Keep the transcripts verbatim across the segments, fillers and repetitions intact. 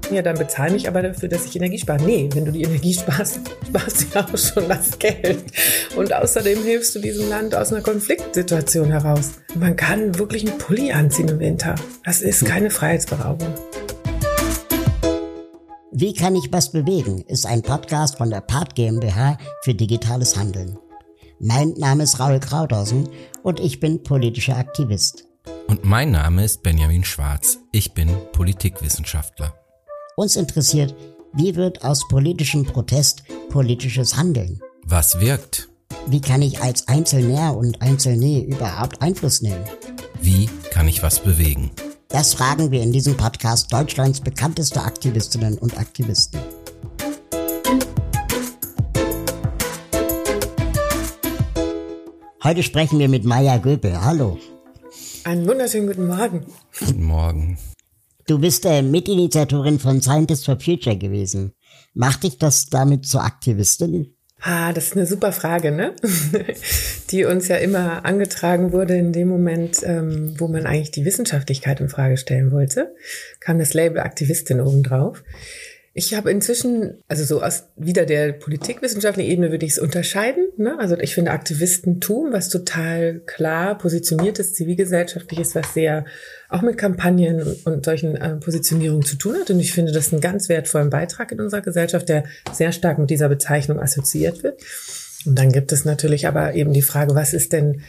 Ja, dann bezahl mich aber dafür, dass ich Energie spare. Nee, wenn du die Energie sparst, sparst du ja auch schon das Geld. Und außerdem hilfst du diesem Land aus einer Konfliktsituation heraus. Man kann wirklich einen Pulli anziehen im Winter. Das ist keine Freiheitsberaubung. Wie kann ich was bewegen? Ist ein Podcast von der Part GmbH für digitales Handeln. Mein Name ist Raul Krauthausen und ich bin politischer Aktivist. Und mein Name ist Benjamin Schwarz. Ich bin Politikwissenschaftler. Uns interessiert, wie wird aus politischem Protest politisches Handeln? Was wirkt? Wie kann ich als Einzelner und Einzelne überhaupt Einfluss nehmen? Wie kann ich was bewegen? Das fragen wir in diesem Podcast Deutschlands bekannteste Aktivistinnen und Aktivisten. Heute sprechen wir mit Maja Göpel. Hallo. Einen wunderschönen guten Morgen. Guten Morgen. Du bist äh, Mitinitiatorin von Scientists for Future gewesen. Macht dich das damit zur Aktivistin? Ah, das ist eine super Frage, ne? Die uns ja immer angetragen wurde in dem Moment, ähm, wo man eigentlich die Wissenschaftlichkeit in Frage stellen wollte, kam das Label Aktivistin obendrauf. Ich habe inzwischen, also so aus wieder der politikwissenschaftlichen Ebene würde ich es unterscheiden, ne? Also ich finde Aktivistentum, was total klar positioniertes, zivilgesellschaftliches, was sehr auch mit Kampagnen und, und solchen äh, Positionierungen zu tun hat. Und ich finde das einen ganz wertvollen Beitrag in unserer Gesellschaft, der sehr stark mit dieser Bezeichnung assoziiert wird. Und dann gibt es natürlich aber eben die Frage, was ist denn,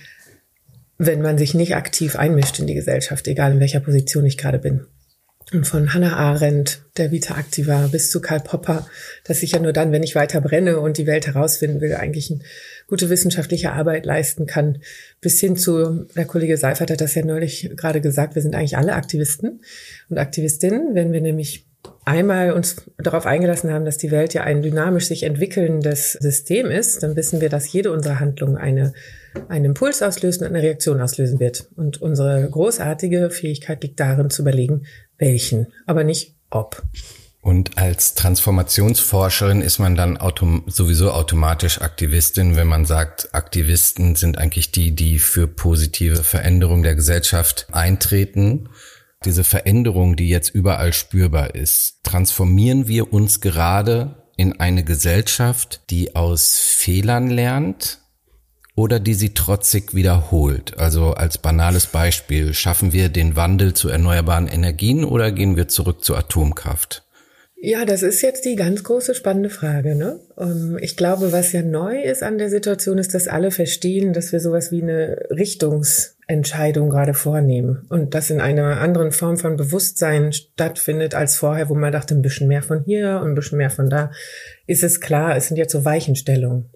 wenn man sich nicht aktiv einmischt in die Gesellschaft, egal in welcher Position ich gerade bin. Und von Hannah Arendt, der Vita Activa, bis zu Karl Popper, dass ich ja nur dann, wenn ich weiter brenne und die Welt herausfinden will, eigentlich eine gute wissenschaftliche Arbeit leisten kann, bis hin zu, der Kollege Seifert hat das ja neulich gerade gesagt, wir sind eigentlich alle Aktivisten und Aktivistinnen, wenn wir nämlich einmal uns darauf eingelassen haben, dass die Welt ja ein dynamisch sich entwickelndes System ist, dann wissen wir, dass jede unserer Handlungen eine, einen Impuls auslösen und eine Reaktion auslösen wird. Und unsere großartige Fähigkeit liegt darin zu überlegen, welchen, aber nicht ob. Und als Transformationsforscherin ist man dann autom- sowieso automatisch Aktivistin, wenn man sagt, Aktivisten sind eigentlich die, die für positive Veränderung der Gesellschaft eintreten. Diese Veränderung, die jetzt überall spürbar ist, transformieren wir uns gerade in eine Gesellschaft, die aus Fehlern lernt oder die sie trotzig wiederholt? Also als banales Beispiel, schaffen wir den Wandel zu erneuerbaren Energien oder gehen wir zurück zur Atomkraft? Ja, das ist jetzt die ganz große spannende Frage, ne? Ich glaube, was ja neu ist an der Situation, ist, dass alle verstehen, dass wir sowas wie eine Richtungsentscheidung gerade vornehmen und das in einer anderen Form von Bewusstsein stattfindet als vorher, wo man dachte, ein bisschen mehr von hier und ein bisschen mehr von da. Ist es klar, es sind jetzt so Weichenstellungen.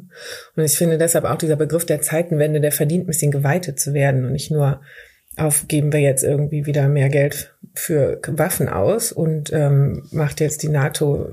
Und ich finde deshalb auch dieser Begriff der Zeitenwende, der verdient ein bisschen geweitet zu werden und nicht nur aufgeben wir jetzt irgendwie wieder mehr Geld für Waffen aus und ähm, macht jetzt die NATO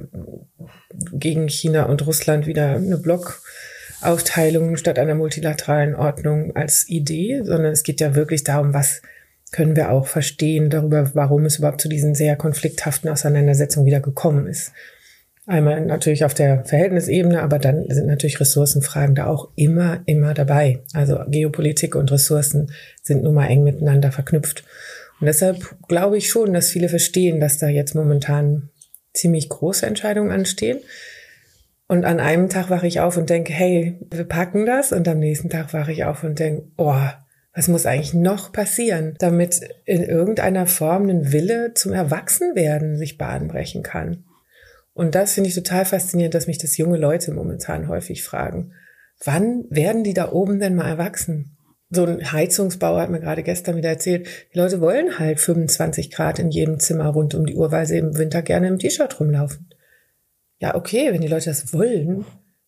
gegen China und Russland wieder eine Blockaufteilung statt einer multilateralen Ordnung als Idee, sondern es geht ja wirklich darum, was können wir auch verstehen darüber, warum es überhaupt zu diesen sehr konflikthaften Auseinandersetzungen wieder gekommen ist. Einmal natürlich auf der Verhältnisebene, aber dann sind natürlich Ressourcenfragen da auch immer, immer dabei. Also Geopolitik und Ressourcen sind nun mal eng miteinander verknüpft. Und deshalb glaube ich schon, dass viele verstehen, dass da jetzt momentan ziemlich große Entscheidungen anstehen. Und an einem Tag wache ich auf und denke, hey, wir packen das. Und am nächsten Tag wache ich auf und denke, oh, was muss eigentlich noch passieren, damit in irgendeiner Form ein Wille zum Erwachsenwerden sich Bahn brechen kann. Und das finde ich total faszinierend, dass mich das junge Leute momentan häufig fragen. Wann werden die da oben denn mal erwachsen? So ein Heizungsbauer hat mir gerade gestern wieder erzählt, die Leute wollen halt fünfundzwanzig Grad in jedem Zimmer rund um die Uhr, weil sie im Winter gerne im T-Shirt rumlaufen. Ja, okay, wenn die Leute das wollen,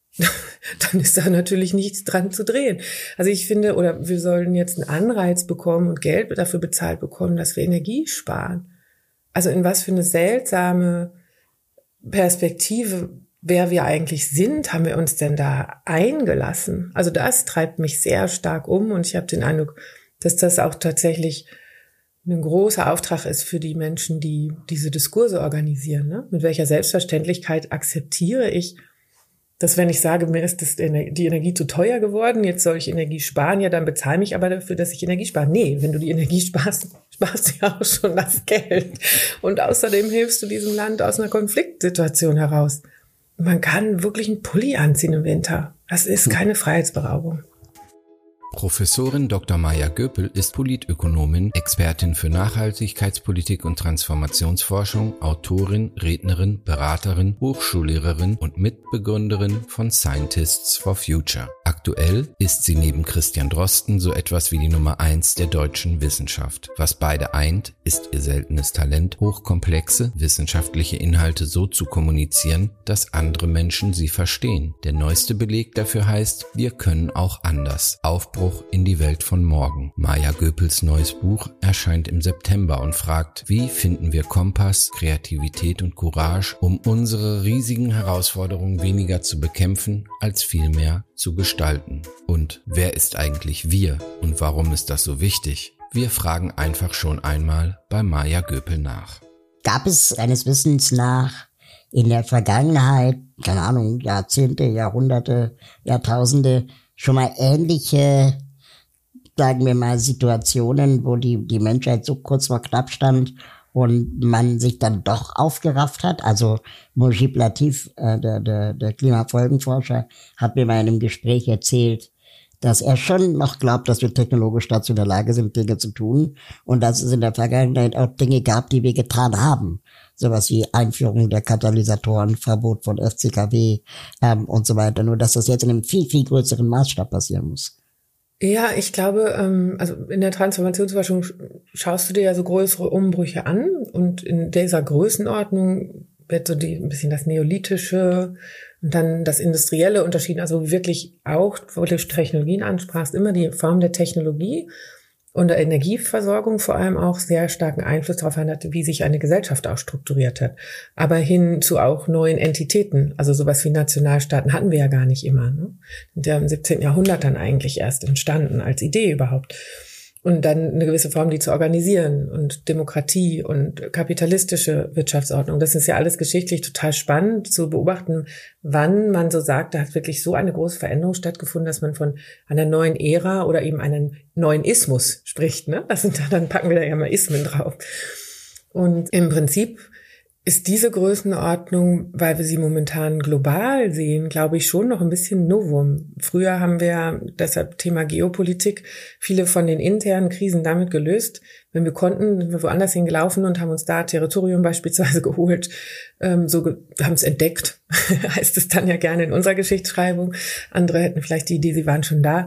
dann ist da natürlich nichts dran zu drehen. Also ich finde, oder wir sollen jetzt einen Anreiz bekommen und Geld dafür bezahlt bekommen, dass wir Energie sparen. Also in was für eine seltsame Perspektive, wer wir eigentlich sind, haben wir uns denn da eingelassen? Also das treibt mich sehr stark um und ich habe den Eindruck, dass das auch tatsächlich ein großer Auftrag ist für die Menschen, die diese Diskurse organisieren. Ne? Mit welcher Selbstverständlichkeit akzeptiere ich, Dass wenn ich sage, mir ist das, die Energie zu teuer geworden, jetzt soll ich Energie sparen, ja, dann bezahle mich aber dafür, dass ich Energie spare. Nee, wenn du die Energie sparst, sparst du ja auch schon das Geld. Und außerdem hilfst du diesem Land aus einer Konfliktsituation heraus. Man kann wirklich einen Pulli anziehen im Winter. Das ist keine Freiheitsberaubung. Professorin Doktor Maja Göpel ist Politökonomin, Expertin für Nachhaltigkeitspolitik und Transformationsforschung, Autorin, Rednerin, Beraterin, Hochschullehrerin und Mitbegründerin von Scientists for Future. Aktuell ist sie neben Christian Drosten so etwas wie die Nummer eins der deutschen Wissenschaft. Was beide eint, ist ihr seltenes Talent, hochkomplexe wissenschaftliche Inhalte so zu kommunizieren, dass andere Menschen sie verstehen. Der neueste Beleg dafür heißt, wir können auch anders. Aufbruch in die Welt von morgen. Maja Göpels neues Buch erscheint im September und fragt, wie finden wir Kompass, Kreativität und Courage, um unsere riesigen Herausforderungen weniger zu bekämpfen, als vielmehr zu gestalten. Und wer ist eigentlich wir und warum ist das so wichtig? Wir fragen einfach schon einmal bei Maja Göpel nach. Gab es deines Wissens nach in der Vergangenheit, keine Ahnung, Jahrzehnte, Jahrhunderte, Jahrtausende, schon mal ähnliche, sagen wir mal, Situationen, wo die, die Menschheit so kurz vor knapp stand und man sich dann doch aufgerafft hat? Also Mujib Latif, äh, der, der, der Klimafolgenforscher, hat mir mal in einem Gespräch erzählt, dass er schon noch glaubt, dass wir technologisch dazu in der Lage sind, Dinge zu tun und dass es in der Vergangenheit auch Dinge gab, die wir getan haben. Sowas wie Einführung der Katalysatoren, Verbot von F C K W ähm, und so weiter. Nur dass das jetzt in einem viel, viel größeren Maßstab passieren muss. Ja, ich glaube, ähm, also in der Transformationsforschung schaust du dir ja so größere Umbrüche an und in dieser Größenordnung wird so die, ein bisschen das Neolithische und dann das Industrielle unterschieden, also wirklich auch, wo du Technologien ansprachst, immer die Form der Technologie und der Energieversorgung vor allem auch sehr starken Einfluss darauf hat, wie sich eine Gesellschaft auch strukturiert hat. Aber hin zu auch neuen Entitäten, also sowas wie Nationalstaaten hatten wir ja gar nicht immer. Ne? Sind ja im siebzehnten Jahrhundert dann eigentlich erst entstanden als Idee überhaupt. Und dann eine gewisse Form, die zu organisieren und Demokratie und kapitalistische Wirtschaftsordnung. Das ist ja alles geschichtlich total spannend zu beobachten, wann man so sagt, da hat wirklich so eine große Veränderung stattgefunden, dass man von einer neuen Ära oder eben einen neuen Ismus spricht. Ne? Das sind dann packen wir da ja mal Ismen drauf. Und im Prinzip ist diese Größenordnung, weil wir sie momentan global sehen, glaube ich, schon noch ein bisschen Novum. Früher haben wir, deshalb Thema Geopolitik, viele von den internen Krisen damit gelöst. Wenn wir konnten, sind wir woanders hingelaufen und haben uns da Territorium beispielsweise geholt, ähm, so ge- haben es entdeckt, heißt es dann ja gerne in unserer Geschichtsschreibung. Andere hätten vielleicht die Idee, sie waren schon da.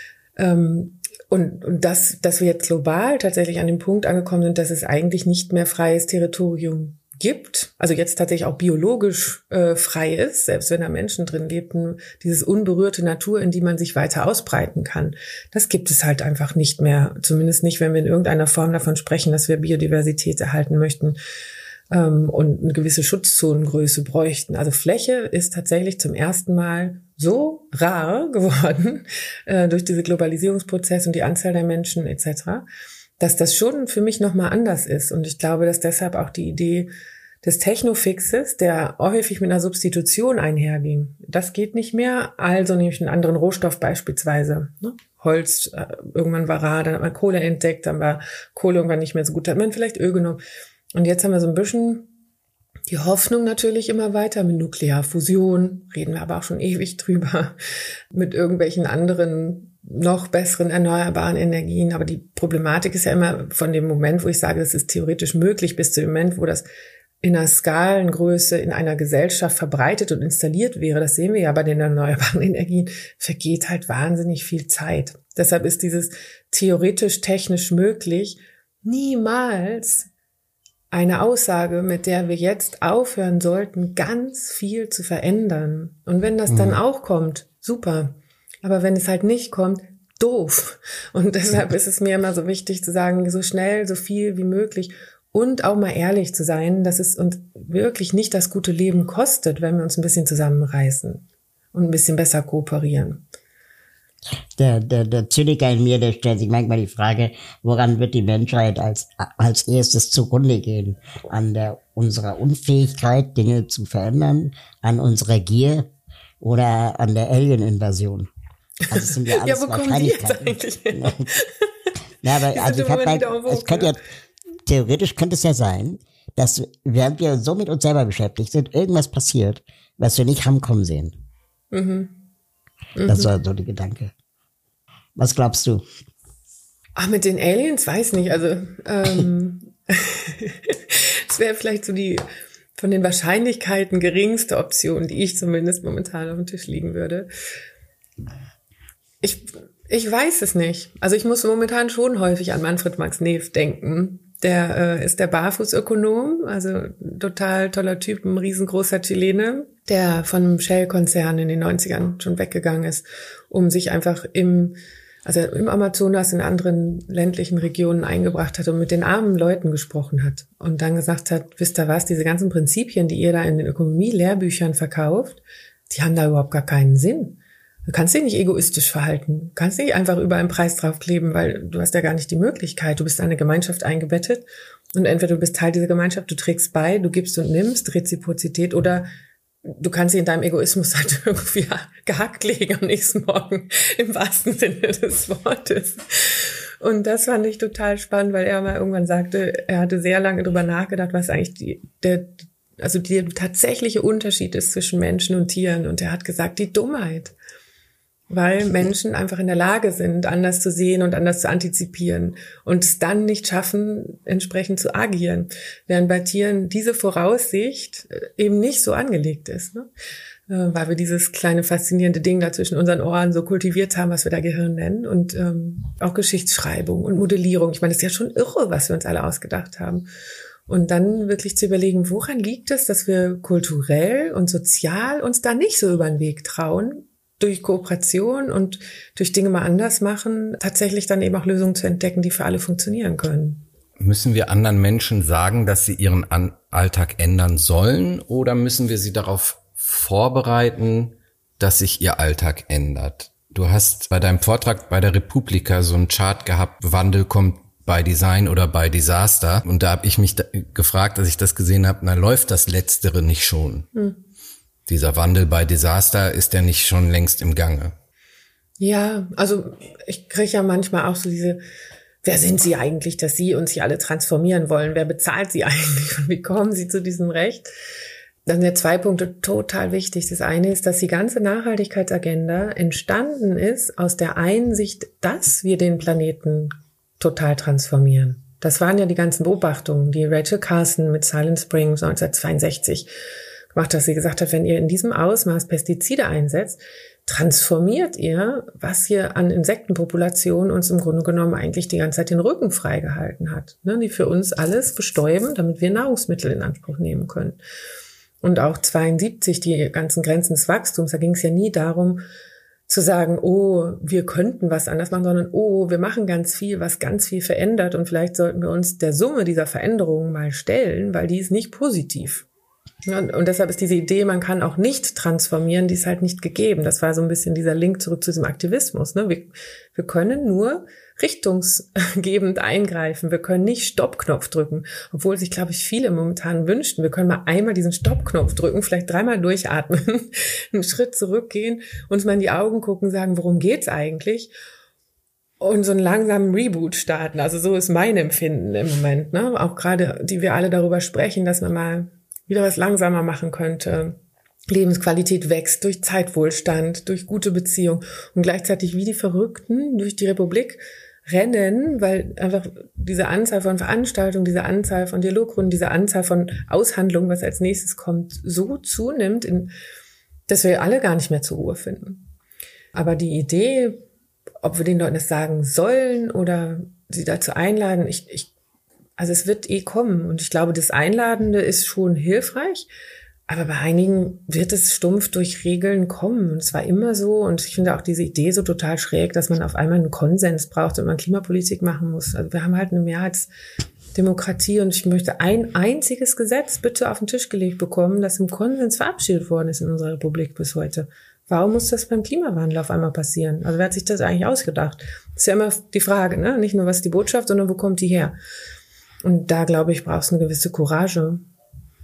Ähm, Und, und das, dass wir jetzt global tatsächlich an dem Punkt angekommen sind, dass es eigentlich nicht mehr freies Territorium gibt, also jetzt tatsächlich auch biologisch äh, frei ist, selbst wenn da Menschen drin lebten, dieses unberührte Natur, in die man sich weiter ausbreiten kann, das gibt es halt einfach nicht mehr, zumindest nicht, wenn wir in irgendeiner Form davon sprechen, dass wir Biodiversität erhalten möchten ähm, und eine gewisse Schutzzonengröße bräuchten. Also Fläche ist tatsächlich zum ersten Mal so rar geworden äh, durch diese Globalisierungsprozess und die Anzahl der Menschen et cetera, dass das schon für mich nochmal anders ist. Und ich glaube, dass deshalb auch die Idee des Technofixes, der häufig mit einer Substitution einherging, das geht nicht mehr. Also nehme ich einen anderen Rohstoff beispielsweise. Ne? Holz, äh, irgendwann war rar, dann hat man Kohle entdeckt, dann war Kohle irgendwann nicht mehr so gut, dann hat man vielleicht Öl genommen. Und jetzt haben wir so ein bisschen die Hoffnung natürlich immer weiter mit Nuklearfusion, reden wir aber auch schon ewig drüber, mit irgendwelchen anderen noch besseren erneuerbaren Energien. Aber die Problematik ist ja immer von dem Moment, wo ich sage, das ist theoretisch möglich, bis zu dem Moment, wo das in einer Skalengröße in einer Gesellschaft verbreitet und installiert wäre, das sehen wir ja bei den erneuerbaren Energien, vergeht halt wahnsinnig viel Zeit. Deshalb ist dieses theoretisch technisch möglich niemals eine Aussage, mit der wir jetzt aufhören sollten, ganz viel zu verändern. Und wenn das dann auch kommt, super. Aber wenn es halt nicht kommt, doof. Und deshalb ist es mir immer so wichtig zu sagen, so schnell, so viel wie möglich und auch mal ehrlich zu sein, dass es uns wirklich nicht das gute Leben kostet, wenn wir uns ein bisschen zusammenreißen und ein bisschen besser kooperieren. Der, der, der Zyniker in mir, der stellt sich manchmal die Frage, woran wird die Menschheit als, als erstes zugrunde gehen? An der, unserer Unfähigkeit, Dinge zu verändern, an unserer Gier oder an der Alien-Invasion. Also es sind ja alles ja, wo Wahrscheinlichkeiten. Kommen die jetzt eigentlich her? Ja, aber also ich hab halt, es könnte ja, theoretisch könnte es ja sein, dass während wir so mit uns selber beschäftigt sind, irgendwas passiert, was wir nicht haben kommen sehen. Mhm. Mhm. Das war so der Gedanke. Was glaubst du? Ach, mit den Aliens? Weiß nicht. Also, ähm, es wäre vielleicht so die von den Wahrscheinlichkeiten geringste Option, die ich zumindest momentan auf dem Tisch liegen würde. Ich, ich weiß es nicht. Also ich muss momentan schon häufig an Manfred Max Neef denken. Der äh, ist der Barfußökonom, also total toller Typ, ein riesengroßer Chilene, der von einem Shell-Konzern in den neunzigern schon weggegangen ist, um sich einfach im, also im Amazonas in anderen ländlichen Regionen eingebracht hat und mit den armen Leuten gesprochen hat und dann gesagt hat, wisst ihr was, diese ganzen Prinzipien, die ihr da in den Ökonomie-Lehrbüchern verkauft, die haben da überhaupt gar keinen Sinn. Du kannst dich nicht egoistisch verhalten. Du kannst nicht einfach überall einen Preis draufkleben, weil du hast ja gar nicht die Möglichkeit. Du bist in eine Gemeinschaft eingebettet und entweder du bist Teil dieser Gemeinschaft, du trägst bei, du gibst und nimmst, Reziprozität, oder du kannst dich in deinem Egoismus halt irgendwie gehackt legen am nächsten Morgen, im wahrsten Sinne des Wortes. Und das fand ich total spannend, weil er mal irgendwann sagte, er hatte sehr lange drüber nachgedacht, was eigentlich die, der, also der tatsächliche Unterschied ist zwischen Menschen und Tieren. Und er hat gesagt, die Dummheit. Weil Menschen einfach in der Lage sind, anders zu sehen und anders zu antizipieren und es dann nicht schaffen, entsprechend zu agieren. Während bei Tieren diese Voraussicht eben nicht so angelegt ist, ne? Weil wir dieses kleine faszinierende Ding da zwischen unseren Ohren so kultiviert haben, was wir da Gehirn nennen, und ähm, auch Geschichtsschreibung und Modellierung. Ich meine, das ist ja schon irre, was wir uns alle ausgedacht haben. Und dann wirklich zu überlegen, woran liegt es, dass wir kulturell und sozial uns da nicht so über den Weg trauen, durch Kooperation und durch Dinge mal anders machen, tatsächlich dann eben auch Lösungen zu entdecken, die für alle funktionieren können. Müssen wir anderen Menschen sagen, dass sie ihren An- Alltag ändern sollen, oder müssen wir sie darauf vorbereiten, dass sich ihr Alltag ändert? Du hast bei deinem Vortrag bei der Republika so einen Chart gehabt, Wandel kommt bei Design oder bei Disaster. Und da habe ich mich da gefragt, als ich das gesehen habe, na, läuft das Letztere nicht schon? Hm. Dieser Wandel bei Disaster, ist der nicht schon längst im Gange? Ja, also ich kriege ja manchmal auch so diese, wer sind Sie eigentlich, dass Sie uns hier alle transformieren wollen? Wer bezahlt Sie eigentlich und wie kommen Sie zu diesem Recht? Dann sind ja zwei Punkte total wichtig. Das eine ist, dass die ganze Nachhaltigkeitsagenda entstanden ist aus der Einsicht, dass wir den Planeten total transformieren. Das waren ja die ganzen Beobachtungen, die Rachel Carson mit Silent Springs neunzehnhundertzweiundsechzig gemacht, dass sie gesagt hat, wenn ihr in diesem Ausmaß Pestizide einsetzt, transformiert ihr, was hier an Insektenpopulationen uns im Grunde genommen eigentlich die ganze Zeit den Rücken freigehalten hat, ne, die für uns alles bestäuben, damit wir Nahrungsmittel in Anspruch nehmen können. Und auch zweiundsiebzig, die ganzen Grenzen des Wachstums, da ging es ja nie darum, zu sagen, oh, wir könnten was anders machen, sondern oh, wir machen ganz viel, was ganz viel verändert, und vielleicht sollten wir uns der Summe dieser Veränderungen mal stellen, weil die ist nicht positiv. Und, und deshalb ist diese Idee, man kann auch nicht transformieren, die ist halt nicht gegeben. Das war so ein bisschen dieser Link zurück zu diesem Aktivismus. Ne? Wir, wir können nur richtungsgebend eingreifen. Wir können nicht Stoppknopf drücken, obwohl sich, glaube ich, viele momentan wünschten, wir können mal einmal diesen Stoppknopf drücken, vielleicht dreimal durchatmen, einen Schritt zurückgehen, uns mal in die Augen gucken, sagen, worum geht's eigentlich? Und so einen langsamen Reboot starten. Also so ist mein Empfinden im Moment. Ne? Auch gerade, die wir alle darüber sprechen, dass man mal wieder was langsamer machen könnte. Lebensqualität wächst durch Zeitwohlstand, durch gute Beziehung, und gleichzeitig wie die Verrückten durch die Republik rennen, weil einfach diese Anzahl von Veranstaltungen, diese Anzahl von Dialogrunden, diese Anzahl von Aushandlungen, was als nächstes kommt, so zunimmt, in, dass wir alle gar nicht mehr zur Ruhe finden. Aber die Idee, ob wir den Leuten das sagen sollen oder sie dazu einladen, ich, ich Also es wird eh kommen, und ich glaube, das Einladende ist schon hilfreich, aber bei einigen wird es stumpf durch Regeln kommen. Und es war immer so, und ich finde auch diese Idee so total schräg, dass man auf einmal einen Konsens braucht und man Klimapolitik machen muss. Also wir haben halt eine Mehrheitsdemokratie, und ich möchte ein einziges Gesetz bitte auf den Tisch gelegt bekommen, das im Konsens verabschiedet worden ist in unserer Republik bis heute. Warum muss das beim Klimawandel auf einmal passieren? Also wer hat sich das eigentlich ausgedacht? Das ist ja immer die Frage, ne? Nicht nur, was ist die Botschaft, sondern wo kommt die her? Und da, glaube ich, brauchst du eine gewisse Courage.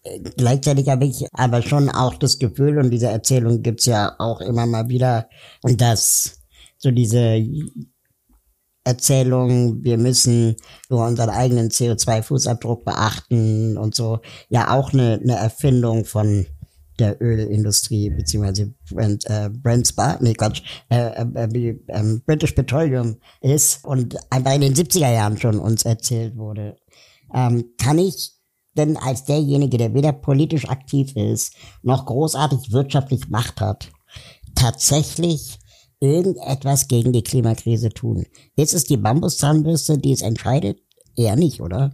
Gleichzeitig habe ich aber schon auch das Gefühl, und diese Erzählung gibt's ja auch immer mal wieder, dass so diese Erzählung, wir müssen nur unseren eigenen C O zwei Fußabdruck beachten und so, ja auch eine, eine Erfindung von der Ölindustrie, beziehungsweise Brent, äh, Brent Spa, nee Quatsch, äh, äh, äh, British Petroleum ist und einfach in den siebziger Jahren schon uns erzählt wurde. Ähm, kann ich denn als derjenige, der weder politisch aktiv ist, noch großartig wirtschaftlich Macht hat, tatsächlich irgendetwas gegen die Klimakrise tun? Ist es die Bambuszahnbürste, die es entscheidet? Eher nicht, oder?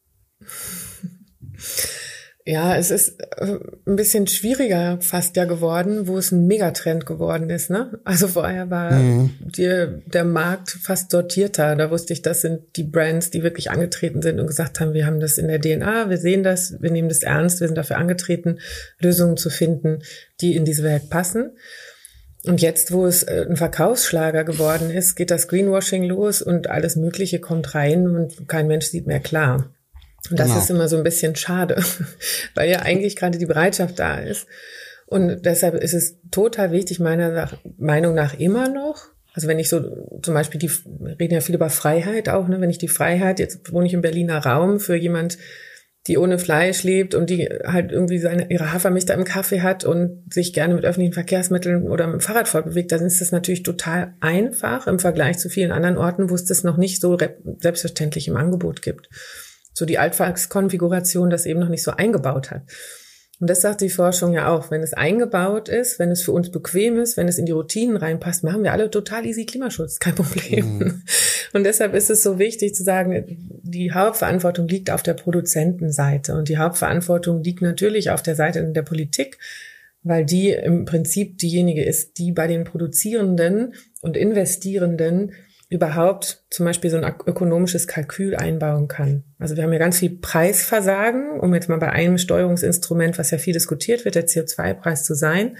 Ja, es ist ein bisschen schwieriger fast ja geworden, wo es ein Megatrend geworden ist, ne? Also vorher war mhm. die, der Markt fast sortierter. Da wusste ich, das sind die Brands, die wirklich angetreten sind und gesagt haben, wir haben das in der D N A, wir sehen das, wir nehmen das ernst, wir sind dafür angetreten, Lösungen zu finden, die in diese Welt passen. Und jetzt, wo es ein Verkaufsschlager geworden ist, geht das Greenwashing los und alles Mögliche kommt rein und kein Mensch sieht mehr klar. Und das genau. ist immer so ein bisschen schade, weil ja eigentlich gerade die Bereitschaft da ist. Und deshalb ist es total wichtig, meiner Meinung nach immer noch, also wenn ich so zum Beispiel, die reden ja viel über Freiheit auch, ne, wenn ich die Freiheit, jetzt wohne ich im Berliner Raum, für jemand, die ohne Fleisch lebt und die halt irgendwie seine, ihre Hafermilch da im Kaffee hat und sich gerne mit öffentlichen Verkehrsmitteln oder mit dem Fahrrad fortbewegt, dann ist das natürlich total einfach im Vergleich zu vielen anderen Orten, wo es das noch nicht so selbstverständlich im Angebot gibt. So die Alltagskonfiguration das eben noch nicht so eingebaut hat. Und das sagt die Forschung ja auch, wenn es eingebaut ist, wenn es für uns bequem ist, wenn es in die Routinen reinpasst, machen wir alle total easy Klimaschutz, kein Problem. Mhm. Und deshalb ist es so wichtig zu sagen, die Hauptverantwortung liegt auf der Produzentenseite und die Hauptverantwortung liegt natürlich auf der Seite der Politik, weil die im Prinzip diejenige ist, die bei den Produzierenden und Investierenden überhaupt zum Beispiel so ein ökonomisches Kalkül einbauen kann. Also wir haben ja ganz viel Preisversagen, um jetzt mal bei einem Steuerungsinstrument, was ja viel diskutiert wird, der C O zwei Preis zu sein,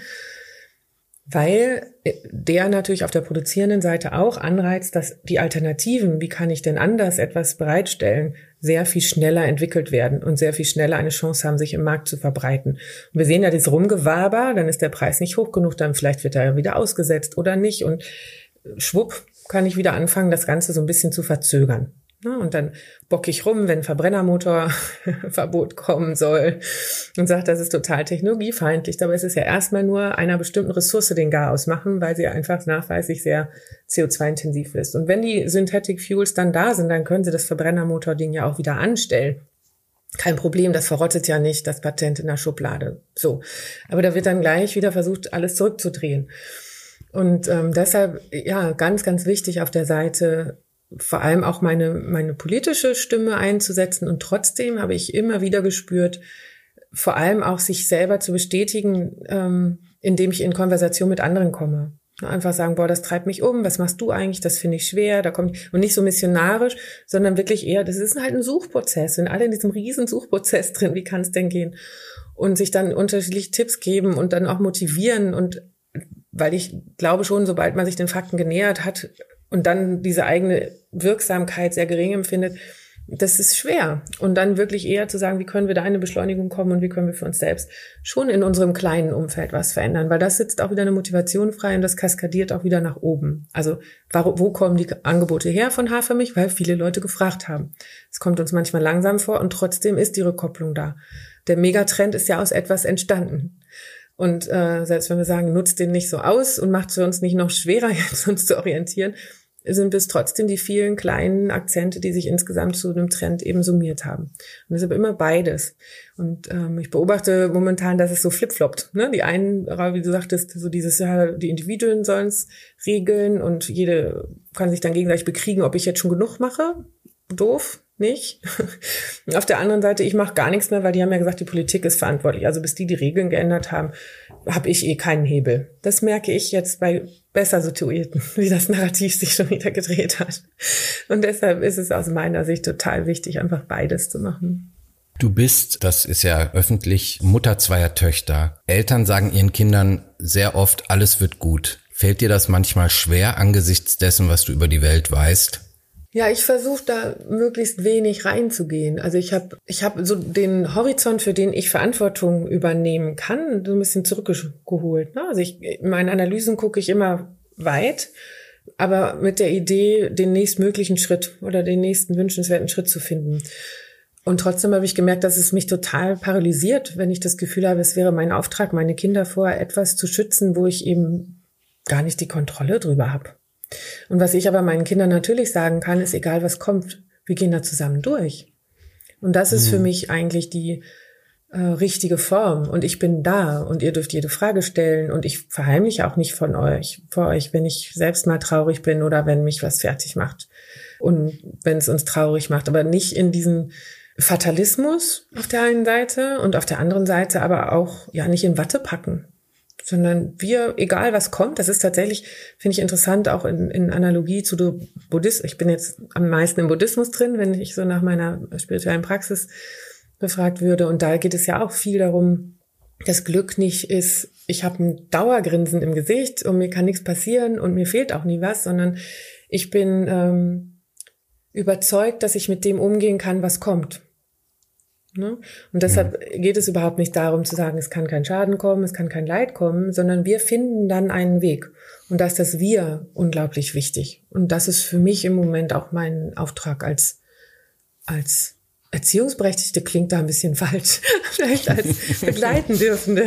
weil der natürlich auf der produzierenden Seite auch anreizt, dass die Alternativen, wie kann ich denn anders etwas bereitstellen, sehr viel schneller entwickelt werden und sehr viel schneller eine Chance haben, sich im Markt zu verbreiten. Und wir sehen ja das Rumgewaber, dann ist der Preis nicht hoch genug, dann vielleicht wird er wieder ausgesetzt oder nicht und schwupp, kann ich wieder anfangen, das Ganze so ein bisschen zu verzögern. Und dann bock ich rum, wenn Verbrennermotorverbot kommen soll und sage, das ist total technologiefeindlich. Dabei ist es ja erstmal nur einer bestimmten Ressource den Garaus machen, weil sie einfach nachweislich sehr C O zwei intensiv ist. Und wenn die Synthetic Fuels dann da sind, dann können sie das Verbrennermotording ja auch wieder anstellen. Kein Problem, das verrottet ja nicht, das Patent in der Schublade. So. Aber da wird dann gleich wieder versucht, alles zurückzudrehen. Und ähm, deshalb, ja, ganz, ganz wichtig auf der Seite, vor allem auch meine meine politische Stimme einzusetzen. Und trotzdem habe ich immer wieder gespürt, vor allem auch sich selber zu bestätigen, ähm, indem ich in Konversation mit anderen komme. Einfach sagen, boah, das treibt mich um, was machst du eigentlich, das finde ich schwer, da kommt, und nicht so missionarisch, sondern wirklich eher, das ist halt ein Suchprozess, sind alle in diesem riesen Suchprozess drin, wie kann es denn gehen? Und sich dann unterschiedliche Tipps geben und dann auch motivieren und weil ich glaube schon, sobald man sich den Fakten genähert hat und dann diese eigene Wirksamkeit sehr gering empfindet, das ist schwer. Und dann wirklich eher zu sagen, wie können wir da in eine Beschleunigung kommen und wie können wir für uns selbst schon in unserem kleinen Umfeld was verändern, weil das sitzt auch wieder eine Motivation frei und das kaskadiert auch wieder nach oben. Also wo kommen die Angebote her von Hafermilch? Weil viele Leute gefragt haben. Es kommt uns manchmal langsam vor und trotzdem ist die Rückkopplung da. Der Megatrend ist ja aus etwas entstanden. Und äh, selbst wenn wir sagen, nutzt den nicht so aus und macht es für uns nicht noch schwerer, jetzt uns zu orientieren, sind es trotzdem die vielen kleinen Akzente, die sich insgesamt zu einem Trend eben summiert haben. Und deshalb immer beides. Und ähm, ich beobachte momentan, dass es so flipfloppt. Ne? Die einen, wie du sagtest, so dieses Jahr, die Individuen sollen es regeln und jede kann sich dann gegenseitig bekriegen, ob ich jetzt schon genug mache. Doof. Nicht. Auf der anderen Seite, ich mache gar nichts mehr, weil die haben ja gesagt, die Politik ist verantwortlich. Also bis die die Regeln geändert haben, habe ich eh keinen Hebel. Das merke ich jetzt bei besser Situierten, wie das Narrativ sich schon wieder gedreht hat. Und deshalb ist es aus meiner Sicht total wichtig, einfach beides zu machen. Du bist, das ist ja öffentlich, Mutter zweier Töchter. Eltern sagen ihren Kindern sehr oft, alles wird gut. Fällt dir das manchmal schwer angesichts dessen, was du über die Welt weißt? Ja, ich versuche da möglichst wenig reinzugehen. Also ich habe ich hab so den Horizont, für den ich Verantwortung übernehmen kann, so ein bisschen zurückgeholt. Ne? Also ich, in meinen Analysen gucke ich immer weit, aber mit der Idee, den nächstmöglichen Schritt oder den nächsten wünschenswerten Schritt zu finden. Und trotzdem habe ich gemerkt, dass es mich total paralysiert, wenn ich das Gefühl habe, es wäre mein Auftrag, meine Kinder vor etwas zu schützen, wo ich eben gar nicht die Kontrolle drüber habe. Und was ich aber meinen Kindern natürlich sagen kann, ist, egal was kommt, wir gehen da zusammen durch. Und das ist mhm. für mich eigentlich die äh, richtige Form. Und ich bin da und ihr dürft jede Frage stellen. Und ich verheimliche auch nicht von euch, vor euch, wenn ich selbst mal traurig bin oder wenn mich was fertig macht. Und wenn es uns traurig macht, aber nicht in diesen Fatalismus auf der einen Seite und auf der anderen Seite aber auch ja nicht in Watte packen. Sondern wir, egal was kommt, das ist tatsächlich, finde ich interessant, auch in, in Analogie zu Buddhismus. Ich bin jetzt am meisten im Buddhismus drin, wenn ich so nach meiner spirituellen Praxis befragt würde. Und da geht es ja auch viel darum, dass Glück nicht ist, ich habe ein Dauergrinsen im Gesicht und mir kann nichts passieren und mir fehlt auch nie was, sondern ich bin ähm, überzeugt, dass ich mit dem umgehen kann, was kommt. Ne? Und deshalb ja. geht es überhaupt nicht darum zu sagen, es kann kein Schaden kommen, es kann kein Leid kommen, sondern wir finden dann einen Weg. Und da ist das Wir unglaublich wichtig. Und das ist für mich im Moment auch mein Auftrag als, als Erziehungsberechtigte, klingt da ein bisschen falsch, vielleicht als begleiten Dürfende.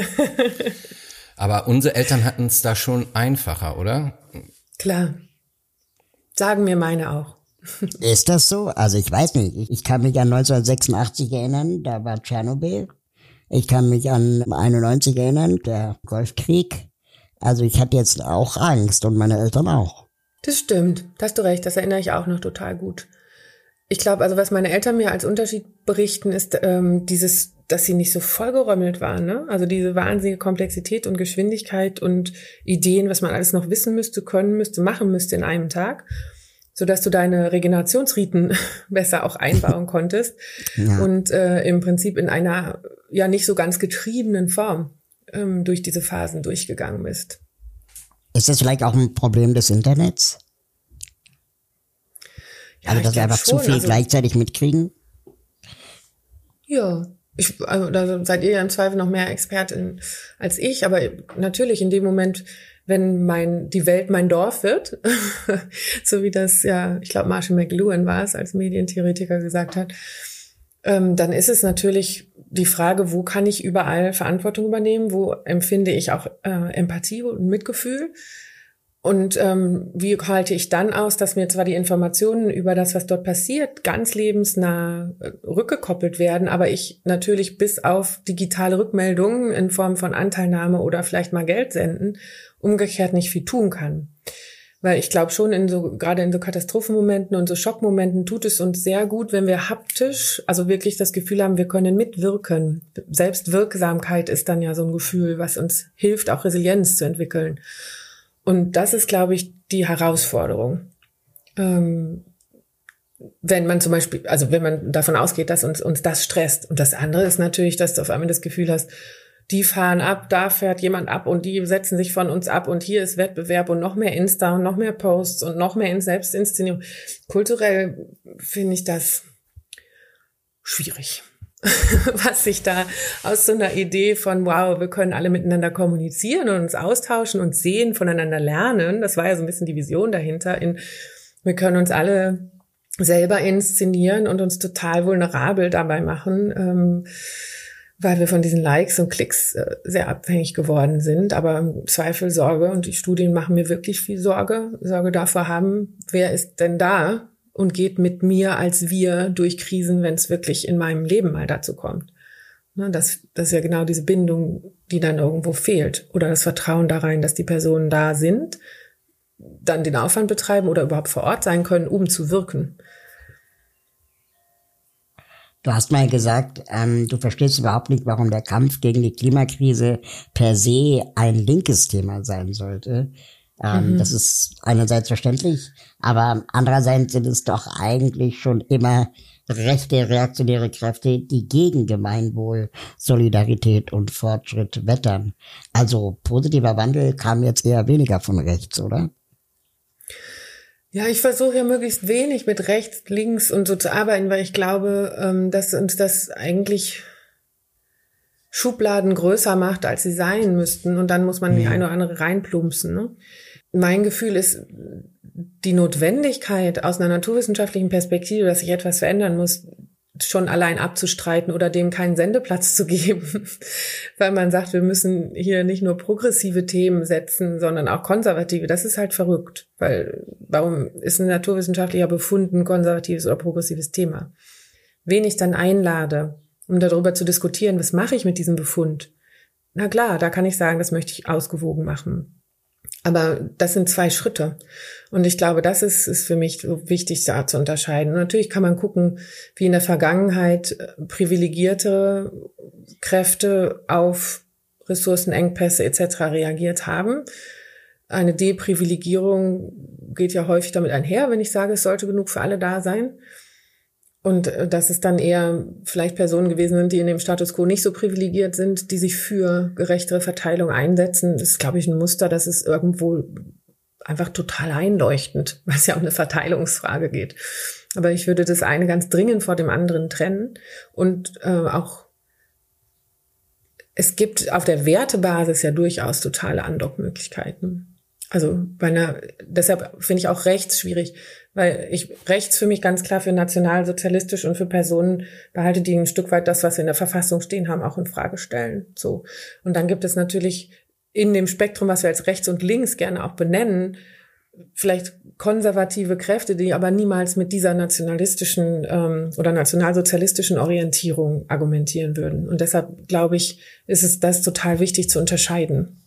Aber unsere Eltern hatten es da schon einfacher, oder? Klar. Sagen mir meine auch. Ist das so? Also ich weiß nicht. Ich kann mich an neunzehnhundertsechsundachtzig erinnern, da war Tschernobyl. Ich kann mich an einundneunzig erinnern, der Golfkrieg. Also ich hatte jetzt auch Angst und meine Eltern auch. Das stimmt, da hast du recht, das erinnere ich auch noch total gut. Ich glaube, also was meine Eltern mir als Unterschied berichten, ist ähm, dieses, dass sie nicht so vollgerommelt waren, ne? Also diese wahnsinnige Komplexität und Geschwindigkeit und Ideen, was man alles noch wissen müsste, können müsste, machen müsste in einem Tag, sodass du deine Regenerationsriten besser auch einbauen konntest ja. und äh, im Prinzip in einer ja nicht so ganz getriebenen Form ähm, durch diese Phasen durchgegangen bist. Ist das vielleicht auch ein Problem des Internets? Ja, also, dass wir einfach schon. zu viel also, gleichzeitig mitkriegen? Ja, ich, also, da seid ihr ja im Zweifel noch mehr Expertin als ich, aber natürlich in dem Moment, wenn mein die Welt mein Dorf wird, so wie das ja, ich glaube Marshall McLuhan war es, als Medientheoretiker gesagt hat, ähm, dann ist es natürlich die Frage, wo kann ich überall Verantwortung übernehmen, wo empfinde ich auch äh, Empathie und Mitgefühl und ähm, wie halte ich dann aus, dass mir zwar die Informationen über das, was dort passiert, ganz lebensnah äh, rückgekoppelt werden, aber ich natürlich bis auf digitale Rückmeldungen in Form von Anteilnahme oder vielleicht mal Geld senden, umgekehrt nicht viel tun kann. Weil ich glaube schon, in so gerade in so Katastrophenmomenten und so Schockmomenten tut es uns sehr gut, wenn wir haptisch, also wirklich das Gefühl haben, wir können mitwirken. Selbstwirksamkeit ist dann ja so ein Gefühl, was uns hilft, auch Resilienz zu entwickeln. Und das ist, glaube ich, die Herausforderung. Ähm, wenn man zum Beispiel, also wenn man davon ausgeht, dass uns, uns das stresst. Und das andere ist natürlich, dass du auf einmal das Gefühl hast, die fahren ab, da fährt jemand ab und die setzen sich von uns ab und hier ist Wettbewerb und noch mehr Insta und noch mehr Posts und noch mehr Selbstinszenierung. Kulturell finde ich das schwierig, was sich da aus so einer Idee von, wow, wir können alle miteinander kommunizieren und uns austauschen und sehen, voneinander lernen. Das war ja so ein bisschen die Vision dahinter. In, wir können uns alle selber inszenieren und uns total vulnerabel dabei machen, ähm, weil wir von diesen Likes und Klicks äh, sehr abhängig geworden sind. Aber im Zweifel Sorge, und die Studien machen mir wirklich viel Sorge, Sorge davor haben, wer ist denn da und geht mit mir als wir durch Krisen, wenn es wirklich in meinem Leben mal dazu kommt. Ne, das, das ist ja genau diese Bindung, die dann irgendwo fehlt. Oder das Vertrauen da rein, dass die Personen da sind, dann den Aufwand betreiben oder überhaupt vor Ort sein können, um zu wirken. Du hast mal gesagt, ähm, du verstehst überhaupt nicht, warum der Kampf gegen die Klimakrise per se ein linkes Thema sein sollte. Ähm, mhm. Das ist einerseits verständlich, aber andererseits sind es doch eigentlich schon immer rechte, reaktionäre Kräfte, die gegen Gemeinwohl, Solidarität und Fortschritt wettern. Also positiver Wandel kam jetzt eher weniger von rechts, oder? Ja, ich versuche ja möglichst wenig mit rechts, links und so zu arbeiten, weil ich glaube, dass uns das eigentlich Schubladen größer macht, als sie sein müssten. Und dann muss man die eine oder andere reinplumpsen. Ne? Mein Gefühl ist, die Notwendigkeit aus einer naturwissenschaftlichen Perspektive, dass sich etwas verändern muss, schon allein abzustreiten oder dem keinen Sendeplatz zu geben. Weil man sagt, wir müssen hier nicht nur progressive Themen setzen, sondern auch konservative. Das ist halt verrückt. Weil warum ist ein naturwissenschaftlicher Befund ein konservatives oder progressives Thema? Wen ich dann einlade, um darüber zu diskutieren, was mache ich mit diesem Befund? Na klar, da kann ich sagen, das möchte ich ausgewogen machen. Aber das sind zwei Schritte. Und ich glaube, das ist, ist für mich so wichtig, da zu unterscheiden. Und natürlich kann man gucken, wie in der Vergangenheit privilegierte Kräfte auf Ressourcenengpässe et cetera reagiert haben. Eine Deprivilegierung geht ja häufig damit einher, wenn ich sage, es sollte genug für alle da sein. Und dass es dann eher vielleicht Personen gewesen sind, die in dem Status quo nicht so privilegiert sind, die sich für gerechtere Verteilung einsetzen. Das ist, glaube ich, ein Muster, das ist irgendwo einfach total einleuchtend, weil es ja um eine Verteilungsfrage geht. Aber ich würde das eine ganz dringend vor dem anderen trennen. Und äh, auch, es gibt auf der Wertebasis ja durchaus totale Andockmöglichkeiten. Also bei einer, deshalb finde ich auch rechts schwierig, weil ich rechts für mich ganz klar für nationalsozialistisch und für Personen behalte, die ein Stück weit das, was wir in der Verfassung stehen haben, auch in Frage stellen. So. Und dann gibt es natürlich in dem Spektrum, was wir als rechts und links gerne auch benennen, vielleicht konservative Kräfte, die aber niemals mit dieser nationalistischen ähm, oder nationalsozialistischen Orientierung argumentieren würden. Und deshalb glaube ich, ist es das total wichtig zu unterscheiden.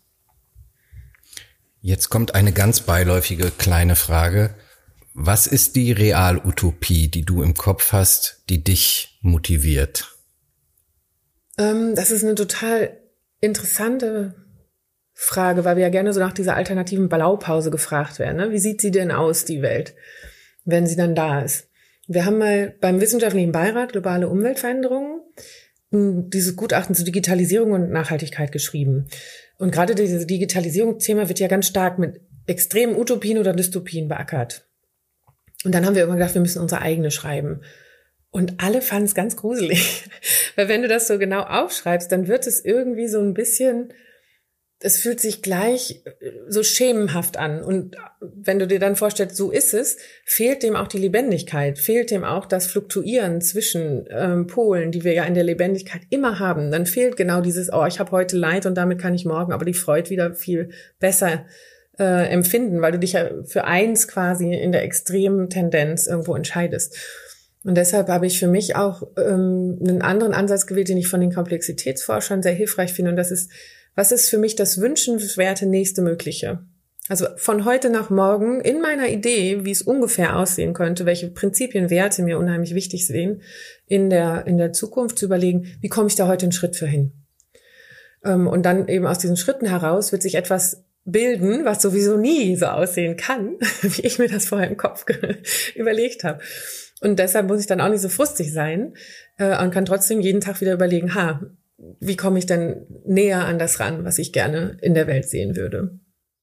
Jetzt kommt eine ganz beiläufige kleine Frage. Was ist die Realutopie, die du im Kopf hast, die dich motiviert? Ähm, das ist eine total interessante Frage, weil wir ja gerne so nach dieser alternativen Blaupause gefragt werden. Ne? Wie sieht sie denn aus, die Welt, wenn sie dann da ist? Wir haben mal beim Wissenschaftlichen Beirat Globale Umweltveränderungen dieses Gutachten zur Digitalisierung und Nachhaltigkeit geschrieben. Und gerade dieses Digitalisierungsthema wird ja ganz stark mit extremen Utopien oder Dystopien beackert. Und dann haben wir irgendwann gedacht, wir müssen unsere eigene schreiben. Und alle fanden es ganz gruselig. Weil wenn du das so genau aufschreibst, dann wird es irgendwie so ein bisschen, es fühlt sich gleich so schemenhaft an. Und wenn du dir dann vorstellst, so ist es, fehlt dem auch die Lebendigkeit, fehlt dem auch das Fluktuieren zwischen ähm, Polen, die wir ja in der Lebendigkeit immer haben. Dann fehlt genau dieses, oh, ich habe heute Leid und damit kann ich morgen aber die Freude wieder viel besser äh, empfinden, weil du dich ja für eins quasi in der extremen Tendenz irgendwo entscheidest. Und deshalb habe ich für mich auch ähm, einen anderen Ansatz gewählt, den ich von den Komplexitätsforschern sehr hilfreich finde. Und das ist, was ist für mich das wünschenswerte nächste Mögliche? Also von heute nach morgen in meiner Idee, wie es ungefähr aussehen könnte, welche Prinzipien, Werte mir unheimlich wichtig sehen, in der, in der Zukunft zu überlegen, wie komme ich da heute einen Schritt für hin? Und dann eben aus diesen Schritten heraus wird sich etwas bilden, was sowieso nie so aussehen kann, wie ich mir das vorher im Kopf überlegt habe. Und deshalb muss ich dann auch nicht so frustig sein und kann trotzdem jeden Tag wieder überlegen, ha, wie komme ich denn näher an das ran, was ich gerne in der Welt sehen würde?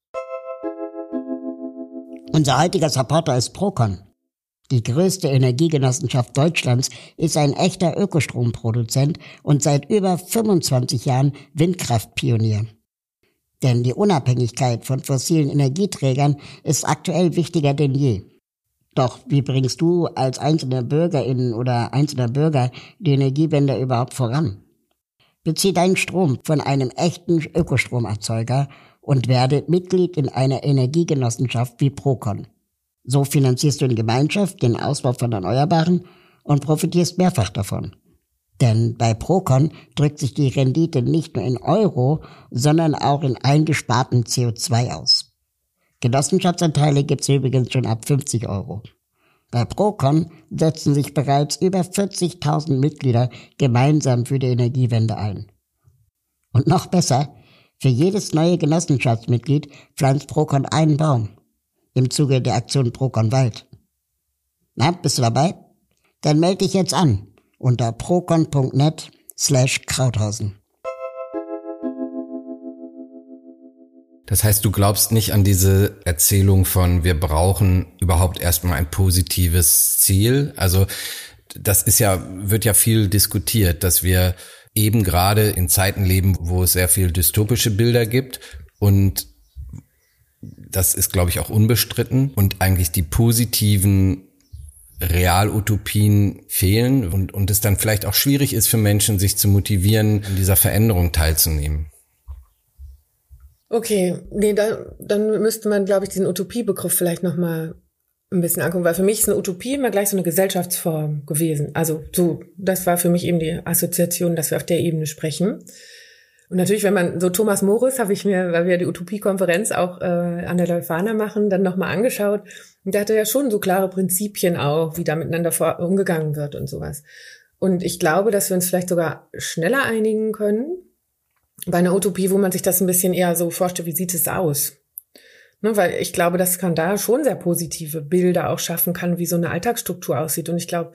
Unser heutiger Supporter ist Procon. Die größte Energiegenossenschaft Deutschlands ist ein echter Ökostromproduzent und seit über fünfundzwanzig Jahren Windkraftpionier. Denn die Unabhängigkeit von fossilen Energieträgern ist aktuell wichtiger denn je. Doch wie bringst du als einzelne Bürgerin oder einzelner Bürger die Energiewende überhaupt voran? Bezieh deinen Strom von einem echten Ökostromerzeuger und werde Mitglied in einer Energiegenossenschaft wie Procon. So finanzierst du in Gemeinschaft den Ausbau von Erneuerbaren und profitierst mehrfach davon. Denn bei Procon drückt sich die Rendite nicht nur in Euro, sondern auch in eingespartem C O zwei aus. Genossenschaftsanteile gibt's übrigens schon ab fünfzig Euro. Bei Procon setzen sich bereits über vierzigtausend Mitglieder gemeinsam für die Energiewende ein. Und noch besser, für jedes neue Genossenschaftsmitglied pflanzt Procon einen Baum im Zuge der Aktion Procon Wald. Na, bist du dabei? Dann melde dich jetzt an unter procon.net slash Krauthausen. Das heißt, du glaubst nicht an diese Erzählung von, wir brauchen überhaupt erstmal ein positives Ziel. Also das ist ja, wird ja viel diskutiert, dass wir eben gerade in Zeiten leben, wo es sehr viel dystopische Bilder gibt, und das ist, glaube ich, auch unbestritten, und eigentlich die positiven Realutopien fehlen und, und es dann vielleicht auch schwierig ist für Menschen, sich zu motivieren, an dieser Veränderung teilzunehmen. Okay, nee, da, dann müsste man, glaube ich, diesen Utopiebegriff vielleicht nochmal ein bisschen angucken, weil für mich ist eine Utopie immer gleich so eine Gesellschaftsform gewesen. Also so, das war für mich eben die Assoziation, dass wir auf der Ebene sprechen. Und natürlich, wenn man so Thomas Morris, habe ich mir, weil wir die Utopie-Konferenz auch äh, an der Leuphana machen, dann nochmal angeschaut. Und der hatte ja schon so klare Prinzipien auch, wie da miteinander vor, umgegangen wird und sowas. Und ich glaube, dass wir uns vielleicht sogar schneller einigen können bei einer Utopie, wo man sich das ein bisschen eher so vorstellt, wie sieht es aus? Ne, weil ich glaube, dass man da schon sehr positive Bilder auch schaffen kann, wie so eine Alltagsstruktur aussieht. Und ich glaube,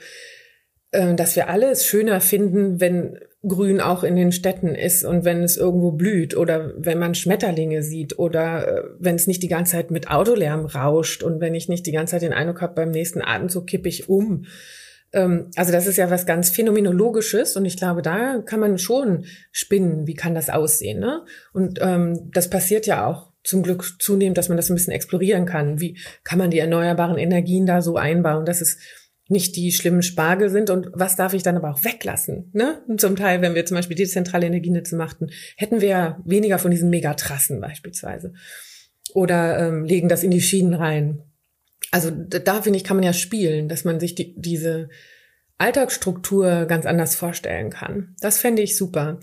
äh, dass wir alle es schöner finden, wenn Grün auch in den Städten ist und wenn es irgendwo blüht oder wenn man Schmetterlinge sieht oder äh, wenn es nicht die ganze Zeit mit Autolärm rauscht und wenn ich nicht die ganze Zeit den Eindruck habe, beim nächsten Atemzug kippe ich um. Ähm, also das ist ja was ganz Phänomenologisches und ich glaube, da kann man schon spinnen, wie kann das aussehen, ne? Und ähm, das passiert ja auch zum Glück zunehmend, dass man das ein bisschen explorieren kann. Wie kann man die erneuerbaren Energien da so einbauen, dass es nicht die schlimmen Spargel sind und was darf ich dann aber auch weglassen, ne? Und zum Teil, wenn wir zum Beispiel dezentrale Energienetze machten, hätten wir ja weniger von diesen Megatrassen beispielsweise oder ähm, legen das in die Schienen rein. Also da, finde ich, kann man ja spielen, dass man sich die, diese Alltagsstruktur ganz anders vorstellen kann. Das fände ich super.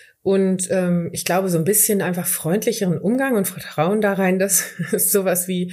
Und ähm, ich glaube, so ein bisschen einfach freundlicheren Umgang und Vertrauen da rein, dass es sowas wie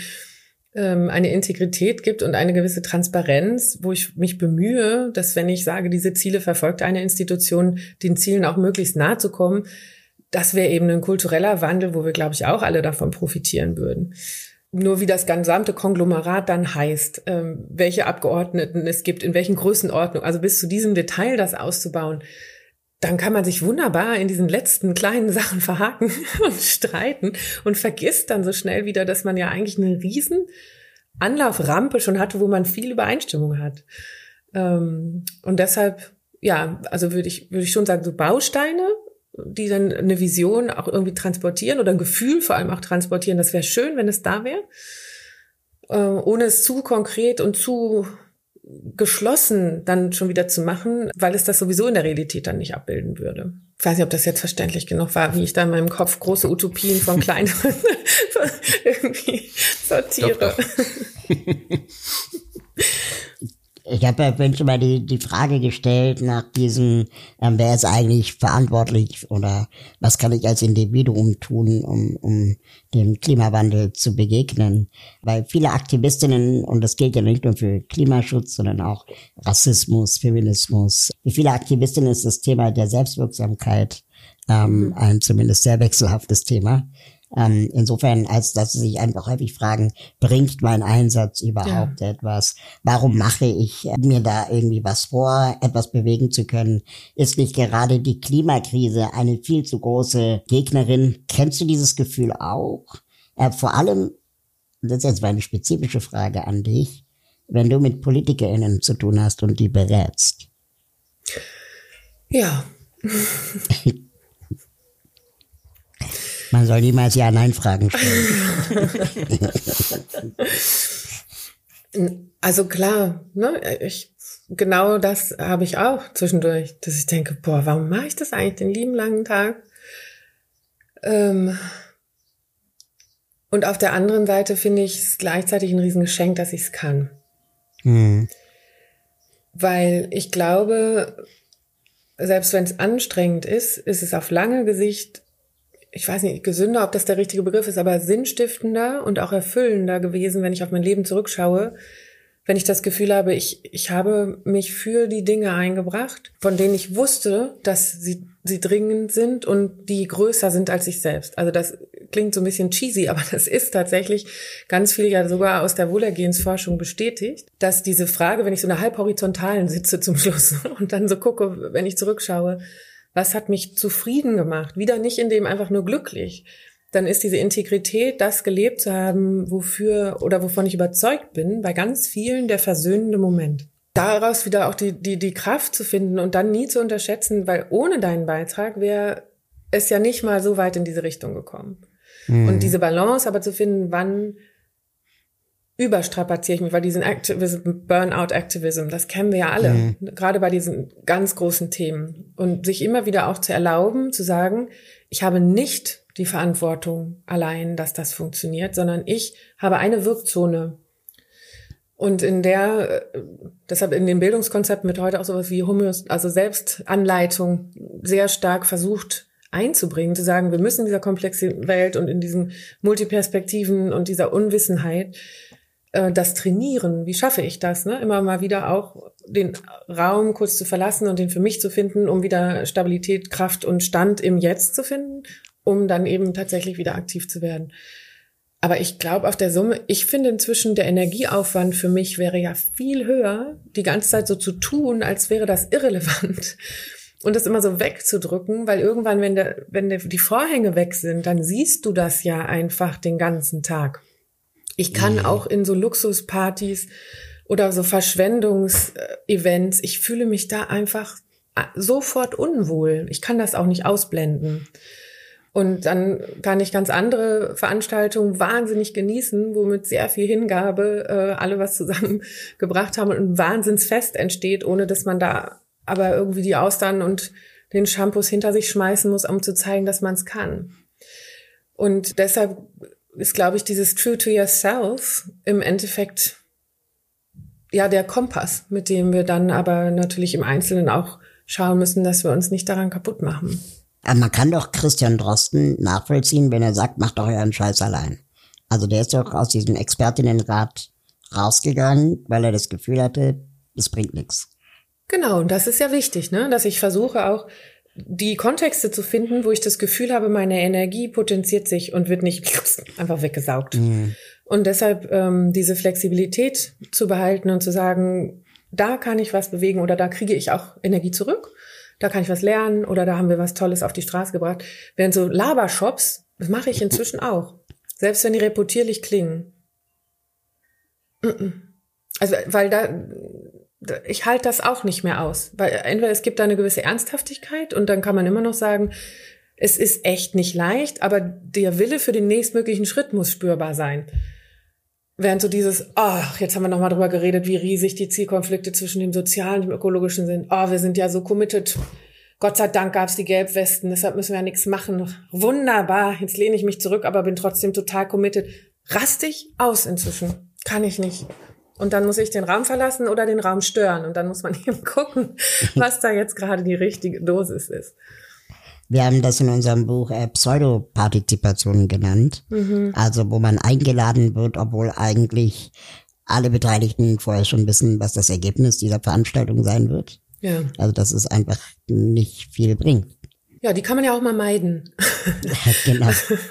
eine Integrität gibt und eine gewisse Transparenz, wo ich mich bemühe, dass wenn ich sage, diese Ziele verfolgt eine Institution, den Zielen auch möglichst nahe zu kommen, das wäre eben ein kultureller Wandel, wo wir, glaube ich, auch alle davon profitieren würden. Nur wie das gesamte Konglomerat dann heißt, ähm, welche Abgeordneten es gibt, in welchen Größenordnungen, also bis zu diesem Detail das auszubauen, dann kann man sich wunderbar in diesen letzten kleinen Sachen verhaken und streiten und vergisst dann so schnell wieder, dass man ja eigentlich eine riesen Anlauframpe schon hatte, wo man viel Übereinstimmung hat. Und deshalb, ja, also würde ich, würde ich schon sagen, so Bausteine, die dann eine Vision auch irgendwie transportieren oder ein Gefühl vor allem auch transportieren, das wäre schön, wenn es da wäre, ohne es zu konkret und zu geschlossen dann schon wieder zu machen, weil es das sowieso in der Realität dann nicht abbilden würde. Ich weiß nicht, ob das jetzt verständlich genug war, wie ich da in meinem Kopf große Utopien von kleineren irgendwie sortiere. Doch, doch. Ich habe ja vorhin schon mal die, die Frage gestellt nach diesem, ähm, wer ist eigentlich verantwortlich oder was kann ich als Individuum tun, um, um dem Klimawandel zu begegnen. Weil viele Aktivistinnen, und das gilt ja nicht nur für Klimaschutz, sondern auch Rassismus, Feminismus, für viele Aktivistinnen ist das Thema der Selbstwirksamkeit ähm, ein zumindest sehr wechselhaftes Thema. Ähm, insofern, als dass sie sich einfach häufig fragen, bringt mein Einsatz überhaupt ja. etwas? Warum mache ich mir da irgendwie was vor, etwas bewegen zu können? Ist nicht gerade die Klimakrise eine viel zu große Gegnerin? Kennst du dieses Gefühl auch? Äh, vor allem, das ist jetzt mal eine spezifische Frage an dich, wenn du mit PolitikerInnen zu tun hast und die berätst. Ja. Man soll niemals Ja-Nein-Fragen stellen. Also klar, ne, ich, genau das habe ich auch zwischendurch, dass ich denke, boah, warum mache ich das eigentlich den lieben langen Tag? Ähm, und auf der anderen Seite finde ich es gleichzeitig ein Riesengeschenk, dass ich es kann. Hm. Weil ich glaube, selbst wenn es anstrengend ist, ist es auf lange Gesicht, ich weiß nicht, gesünder, ob das der richtige Begriff ist, aber sinnstiftender und auch erfüllender gewesen, wenn ich auf mein Leben zurückschaue, wenn ich das Gefühl habe, ich ich habe mich für die Dinge eingebracht, von denen ich wusste, dass sie sie dringend sind und die größer sind als ich selbst. Also das klingt so ein bisschen cheesy, aber das ist tatsächlich ganz viel ja sogar aus der Wohlergehensforschung bestätigt, dass diese Frage, wenn ich so eine halb horizontalen sitze zum Schluss und dann so gucke, wenn ich zurückschaue, was hat mich zufrieden gemacht? Wieder nicht in dem einfach nur glücklich, dann ist diese Integrität, das gelebt zu haben, wofür oder wovon ich überzeugt bin, bei ganz vielen der versöhnende Moment. Daraus wieder auch die, die, die Kraft zu finden und dann nie zu unterschätzen, weil ohne deinen Beitrag wäre es ja nicht mal so weit in diese Richtung gekommen. Mhm. Und diese Balance aber zu finden, wann überstrapaziere ich mich, weil diesen Activism, Burnout-Activism, das kennen wir ja alle, mhm. gerade bei diesen ganz großen Themen. Und sich immer wieder auch zu erlauben, zu sagen, ich habe nicht die Verantwortung allein, dass das funktioniert, sondern ich habe eine Wirkzone. Und in der, deshalb in dem Bildungskonzept wird heute auch sowas wie Homöos, also Selbstanleitung sehr stark versucht einzubringen, zu sagen, wir müssen in dieser komplexen Welt und in diesen Multiperspektiven und dieser Unwissenheit äh, das trainieren. Wie schaffe ich das? Ne? Immer mal wieder auch den Raum kurz zu verlassen und den für mich zu finden, um wieder Stabilität, Kraft und Stand im Jetzt zu finden, um dann eben tatsächlich wieder aktiv zu werden. Aber ich glaube auf der Summe, ich finde inzwischen der Energieaufwand für mich wäre ja viel höher, die ganze Zeit so zu tun, als wäre das irrelevant. Und das immer so wegzudrücken, weil irgendwann, wenn der, wenn der, die Vorhänge weg sind, dann siehst du das ja einfach den ganzen Tag. Ich kann mhm. auch in so Luxuspartys oder so Verschwendungsevents, ich fühle mich da einfach sofort unwohl. Ich kann das auch nicht ausblenden. Und dann kann ich ganz andere Veranstaltungen wahnsinnig genießen, wo mit sehr viel Hingabe äh, alle was zusammengebracht haben und ein Wahnsinnsfest entsteht, ohne dass man da aber irgendwie die Austern und den Shampoos hinter sich schmeißen muss, um zu zeigen, dass man es kann. Und deshalb ist, glaube ich, dieses True to Yourself im Endeffekt ja der Kompass, mit dem wir dann aber natürlich im Einzelnen auch schauen müssen, dass wir uns nicht daran kaputt machen. Aber man kann doch Christian Drosten nachvollziehen, wenn er sagt, macht doch euren Scheiß allein. Also der ist doch aus diesem Expertinnenrat rausgegangen, weil er das Gefühl hatte, es bringt nichts. Genau, und das ist ja wichtig, ne, dass ich versuche auch die Kontexte zu finden, wo ich das Gefühl habe, meine Energie potenziert sich und wird nicht einfach weggesaugt. Mhm. Und deshalb ähm, diese Flexibilität zu behalten und zu sagen, da kann ich was bewegen oder da kriege ich auch Energie zurück, da kann ich was lernen oder da haben wir was Tolles auf die Straße gebracht. Während so Labershops, das mache ich inzwischen auch, selbst wenn die reputierlich klingen. Also, weil da... Ich halte das auch nicht mehr aus, weil entweder es gibt da eine gewisse Ernsthaftigkeit und dann kann man immer noch sagen, es ist echt nicht leicht, aber der Wille für den nächstmöglichen Schritt muss spürbar sein. Während so dieses, ach, jetzt haben wir nochmal drüber geredet, wie riesig die Zielkonflikte zwischen dem Sozialen und dem Ökologischen sind. Oh, wir sind ja so committed. Gott sei Dank gab's die Gelbwesten, deshalb müssen wir ja nichts machen. Wunderbar, jetzt lehne ich mich zurück, aber bin trotzdem total committed. Rastig aus inzwischen. Kann ich nicht. Und dann muss ich den Raum verlassen oder den Raum stören. Und dann muss man eben gucken, was da jetzt gerade die richtige Dosis ist. Wir haben das in unserem Buch äh, Pseudopartizipation genannt. Mhm. Also wo man eingeladen wird, obwohl eigentlich alle Beteiligten vorher schon wissen, was das Ergebnis dieser Veranstaltung sein wird. Ja. Also dass es einfach nicht viel bringt. Ja, die kann man ja auch mal meiden. Genau.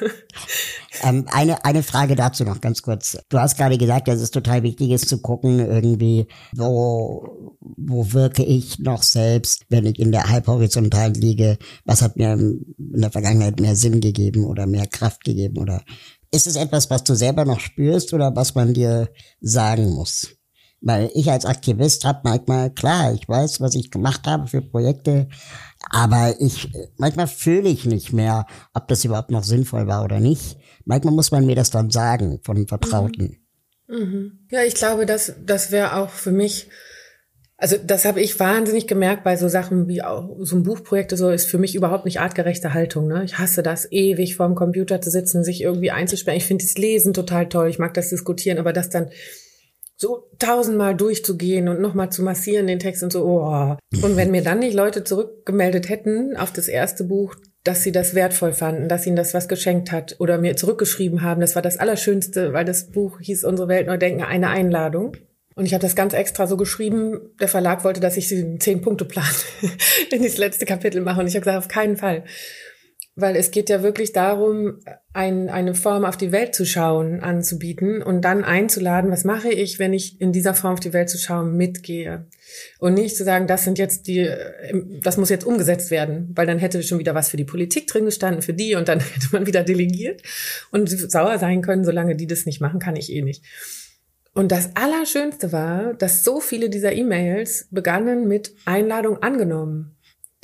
ähm, eine eine Frage dazu noch ganz kurz. Du hast gerade gesagt, dass es total wichtig ist zu gucken, irgendwie, wo wo wirke ich noch selbst, wenn ich in der Halbhorizontalen liege? Was hat mir in der Vergangenheit mehr Sinn gegeben oder mehr Kraft gegeben? Oder ist es etwas, was du selber noch spürst oder was man dir sagen muss? Weil ich als Aktivist habe manchmal, klar, ich weiß, was ich gemacht habe für Projekte, aber ich manchmal fühle ich nicht mehr, ob das überhaupt noch sinnvoll war oder nicht. Manchmal muss man mir das dann sagen von Vertrauten. Mhm. Mhm. Ja, ich glaube, das das wäre auch für mich, also das habe ich wahnsinnig gemerkt bei so Sachen wie auch so ein Buchprojekt, so ist für mich überhaupt nicht artgerechte Haltung. Ne? Ich hasse das, ewig vorm Computer zu sitzen, sich irgendwie einzusperren. Ich finde das Lesen total toll, ich mag das Diskutieren, aber das dann so tausendmal durchzugehen und nochmal zu massieren den Text und so, oh. Und wenn mir dann nicht Leute zurückgemeldet hätten auf das erste Buch, dass sie das wertvoll fanden, dass ihnen das was geschenkt hat oder mir zurückgeschrieben haben, das war das Allerschönste, weil das Buch hieß Unsere Welt neu denken, eine Einladung. Und ich habe das ganz extra so geschrieben, der Verlag wollte, dass ich den Zehn-Punkte-Plan in das letzte Kapitel mache und ich habe gesagt, auf keinen Fall. Weil es geht ja wirklich darum, ein, eine Form auf die Welt zu schauen anzubieten und dann einzuladen, was mache ich, wenn ich in dieser Form auf die Welt zu schauen mitgehe. Und nicht zu sagen, das sind jetzt die, das muss jetzt umgesetzt werden, weil dann hätte schon wieder was für die Politik drin gestanden, für die, und dann hätte man wieder delegiert und sauer sein können, solange die das nicht machen, kann ich eh nicht. Und das Allerschönste war, dass so viele dieser E-Mails begannen mit Einladung angenommen.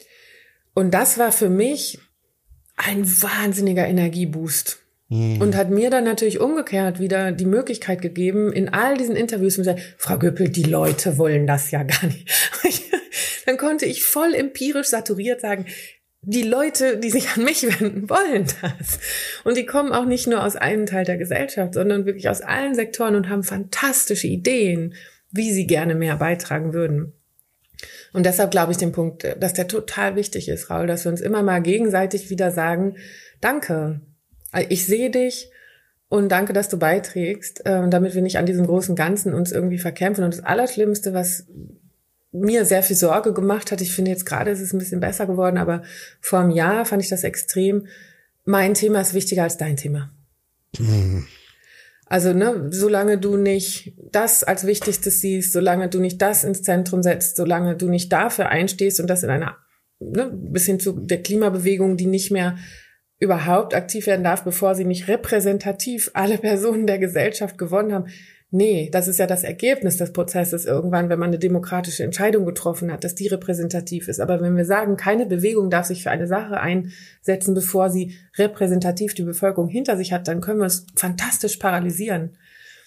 Und das war für mich ein wahnsinniger Energieboost. Mhm. Und hat mir dann natürlich umgekehrt wieder die Möglichkeit gegeben, in all diesen Interviews zu sagen, Frau Göppel, die Leute wollen das ja gar nicht. Dann konnte ich voll empirisch saturiert sagen, die Leute, die sich an mich wenden, wollen das. Und die kommen auch nicht nur aus einem Teil der Gesellschaft, sondern wirklich aus allen Sektoren und haben fantastische Ideen, wie sie gerne mehr beitragen würden. Und deshalb glaube ich den Punkt, dass der total wichtig ist, Raul, dass wir uns immer mal gegenseitig wieder sagen, danke, ich sehe dich und danke, dass du beiträgst, damit wir nicht an diesem großen Ganzen uns irgendwie verkämpfen. Und das Allerschlimmste, was mir sehr viel Sorge gemacht hat, ich finde jetzt gerade ist es ein bisschen besser geworden, aber vor einem Jahr fand ich das extrem, mein Thema ist wichtiger als dein Thema. Mhm. Also, ne, solange du nicht das als Wichtigstes siehst, solange du nicht das ins Zentrum setzt, solange du nicht dafür einstehst und das in einer, ne, bis hin zu der Klimabewegung, die nicht mehr überhaupt aktiv werden darf, bevor sie nicht repräsentativ alle Personen der Gesellschaft gewonnen haben. Nee, das ist ja das Ergebnis des Prozesses irgendwann, wenn man eine demokratische Entscheidung getroffen hat, dass die repräsentativ ist. Aber wenn wir sagen, keine Bewegung darf sich für eine Sache einsetzen, bevor sie repräsentativ die Bevölkerung hinter sich hat, dann können wir uns fantastisch paralysieren.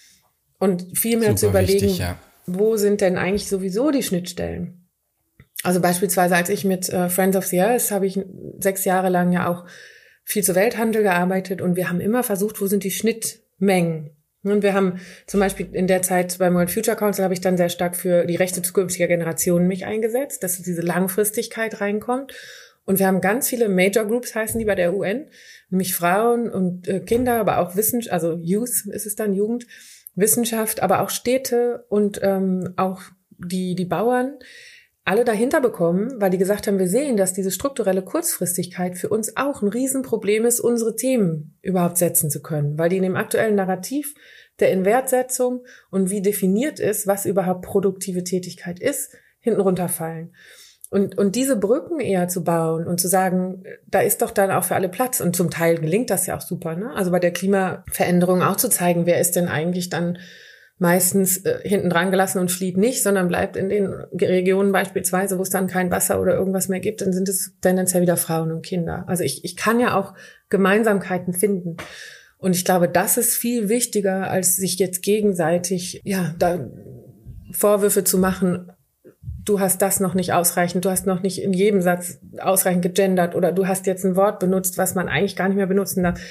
Und viel mehr zu überlegen, wichtig, ja. Wo sind denn eigentlich sowieso die Schnittstellen? Also beispielsweise, als ich mit äh, Friends of the Earth habe ich sechs Jahre lang ja auch viel zu Welthandel gearbeitet und wir haben immer versucht, wo sind die Schnittmengen? Und wir haben zum Beispiel in der Zeit beim World Future Council habe ich dann sehr stark für die Rechte zukünftiger Generationen mich eingesetzt, dass diese Langfristigkeit reinkommt. Und wir haben ganz viele Major Groups, heißen die bei der U N, nämlich Frauen und äh, Kinder, aber auch Wissenschaft, also Youth ist es dann, Jugend, Wissenschaft, aber auch Städte und ähm, auch die die Bauern, alle dahinter bekommen, weil die gesagt haben, wir sehen, dass diese strukturelle Kurzfristigkeit für uns auch ein Riesenproblem ist, unsere Themen überhaupt setzen zu können, weil die in dem aktuellen Narrativ der Inwertsetzung und wie definiert ist, was überhaupt produktive Tätigkeit ist, hinten runterfallen. Und, und diese Brücken eher zu bauen und zu sagen, da ist doch dann auch für alle Platz. Und zum Teil gelingt das ja auch super, ne? Also bei der Klimaveränderung auch zu zeigen, wer ist denn eigentlich dann meistens äh, hinten dran gelassen und flieht nicht, sondern bleibt in den Regionen beispielsweise, wo es dann kein Wasser oder irgendwas mehr gibt, dann sind es tendenziell wieder Frauen und Kinder. Also ich, ich kann ja auch Gemeinsamkeiten finden. Und ich glaube, das ist viel wichtiger, als sich jetzt gegenseitig, ja, da Vorwürfe zu machen, du hast das noch nicht ausreichend, du hast noch nicht in jedem Satz ausreichend gegendert oder du hast jetzt ein Wort benutzt, was man eigentlich gar nicht mehr benutzen darf.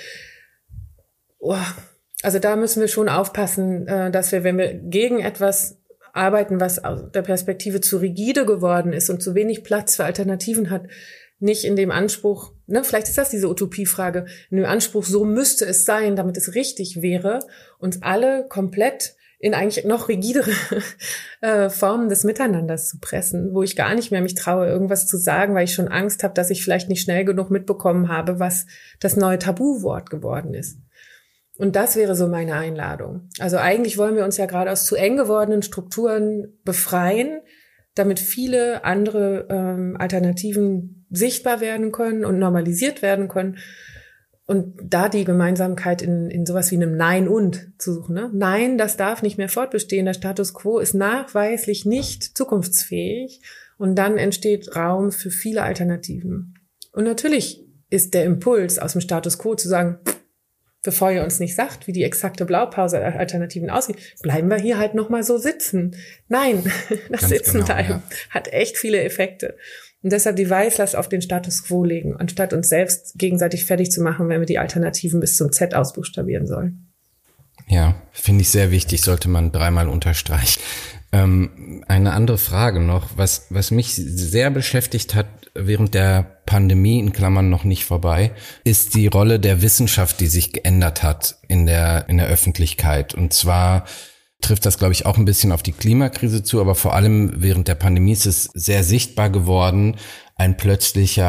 Oh. Also da müssen wir schon aufpassen, dass wir, wenn wir gegen etwas arbeiten, was aus der Perspektive zu rigide geworden ist und zu wenig Platz für Alternativen hat, nicht in dem Anspruch, ne, vielleicht ist das diese Utopiefrage, in dem Anspruch, so müsste es sein, damit es richtig wäre, uns alle komplett in eigentlich noch rigidere äh, Formen des Miteinanders zu pressen, wo ich gar nicht mehr mich traue, irgendwas zu sagen, weil ich schon Angst habe, dass ich vielleicht nicht schnell genug mitbekommen habe, was das neue Tabuwort geworden ist. Und das wäre so meine Einladung. Also eigentlich wollen wir uns ja gerade aus zu eng gewordenen Strukturen befreien, damit viele andere ähm, Alternativen sichtbar werden können und normalisiert werden können. Und da die Gemeinsamkeit in, in sowas wie einem Nein und zu suchen. Ne? Nein, das darf nicht mehr fortbestehen. Der Status quo ist nachweislich nicht zukunftsfähig. Und dann entsteht Raum für viele Alternativen. Und natürlich ist der Impuls aus dem Status quo zu sagen, bevor ihr uns nicht sagt, wie die exakte Blaupause-Alternativen aussieht, bleiben wir hier halt nochmal so sitzen. Nein, das Ganz Sitzen bleiben genau, ja. hat echt viele Effekte. Und deshalb die Weißlast auf den Status quo legen, anstatt uns selbst gegenseitig fertig zu machen, wenn wir die Alternativen bis zum Z ausbuchstabieren sollen. Ja, finde ich sehr wichtig, sollte man dreimal unterstreichen. Ähm, eine andere Frage noch, was, was mich sehr beschäftigt hat während der Pandemie, in Klammern noch nicht vorbei, ist die Rolle der Wissenschaft, die sich geändert hat in der, in der Öffentlichkeit. Und zwar trifft das, glaube ich, auch ein bisschen auf die Klimakrise zu, aber vor allem während der Pandemie ist es sehr sichtbar geworden, ein plötzlicher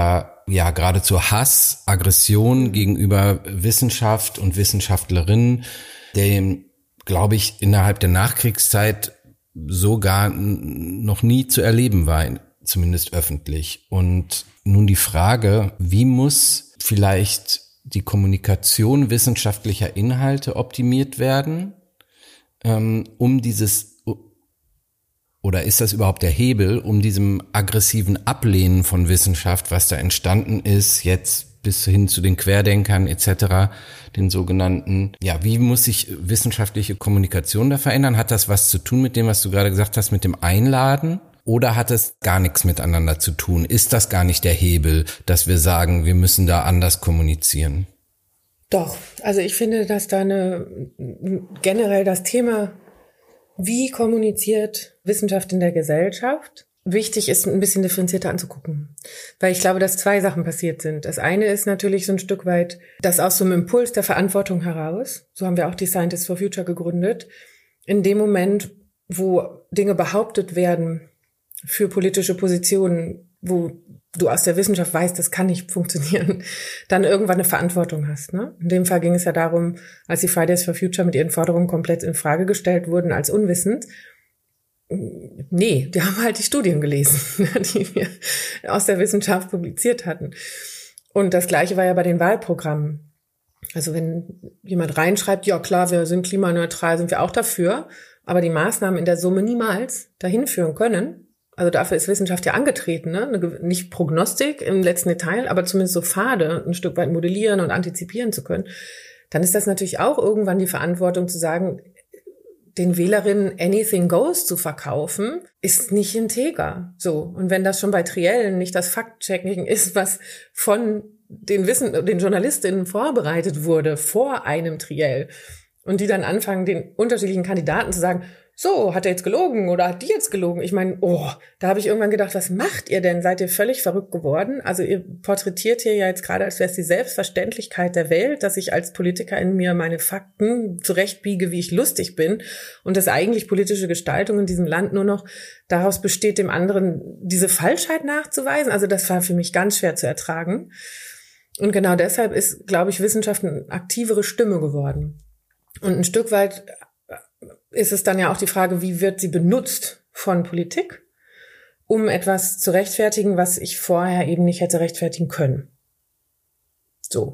ja geradezu Hass, Aggression gegenüber Wissenschaft und Wissenschaftlerinnen, der, glaube ich, innerhalb der Nachkriegszeit so gar noch nie zu erleben war, zumindest öffentlich. Und nun die Frage, wie muss vielleicht die Kommunikation wissenschaftlicher Inhalte optimiert werden, ähm, um dieses, oder ist das überhaupt der Hebel, um diesem aggressiven Ablehnen von Wissenschaft, was da entstanden ist, jetzt bis hin zu den Querdenkern et cetera, den sogenannten, ja, wie muss sich wissenschaftliche Kommunikation da verändern? Hat das was zu tun mit dem, was du gerade gesagt hast, mit dem Einladen? Oder hat es gar nichts miteinander zu tun? Ist das gar nicht der Hebel, dass wir sagen, wir müssen da anders kommunizieren? Doch, also ich finde, dass da eine, generell das Thema, wie kommuniziert Wissenschaft in der Gesellschaft, wichtig ist, ein bisschen differenzierter anzugucken. Weil ich glaube, dass zwei Sachen passiert sind. Das eine ist natürlich so ein Stück weit, das aus so einem Impuls der Verantwortung heraus, so haben wir auch die Scientists for Future gegründet, in dem Moment, wo Dinge behauptet werden für politische Positionen, wo du aus der Wissenschaft weißt, das kann nicht funktionieren, dann irgendwann eine Verantwortung hast. Ne? In dem Fall ging es ja darum, als die Fridays for Future mit ihren Forderungen komplett in Frage gestellt wurden als unwissend. Nee, die haben halt die Studien gelesen, die wir aus der Wissenschaft publiziert hatten. Und das Gleiche war ja bei den Wahlprogrammen. Also wenn jemand reinschreibt, ja klar, wir sind klimaneutral, sind wir auch dafür, aber die Maßnahmen in der Summe niemals dahin führen können. Also dafür ist Wissenschaft ja angetreten, ne? Nicht Prognostik im letzten Detail, aber zumindest so Pfade ein Stück weit modellieren und antizipieren zu können. Dann ist das natürlich auch irgendwann die Verantwortung zu sagen, den Wählerinnen anything goes zu verkaufen, ist nicht integer. So. Und wenn das schon bei Triellen nicht das Fact-Checking ist, was von den Wissen, den Journalistinnen vorbereitet wurde vor einem Triell, und die dann anfangen, den unterschiedlichen Kandidaten zu sagen, so, hat er jetzt gelogen oder hat die jetzt gelogen? Ich meine, oh, da habe ich irgendwann gedacht, was macht ihr denn? Seid ihr völlig verrückt geworden? Also ihr porträtiert hier ja jetzt gerade, als wäre es die Selbstverständlichkeit der Welt, dass ich als Politiker in mir meine Fakten zurechtbiege, wie ich lustig bin, und dass eigentlich politische Gestaltung in diesem Land nur noch daraus besteht, dem anderen diese Falschheit nachzuweisen. Also das war für mich ganz schwer zu ertragen. Und genau deshalb ist, glaube ich, Wissenschaft eine aktivere Stimme geworden. Und ein Stück weit ist es dann ja auch die Frage, wie wird sie benutzt von Politik, um etwas zu rechtfertigen, was ich vorher eben nicht hätte rechtfertigen können. So,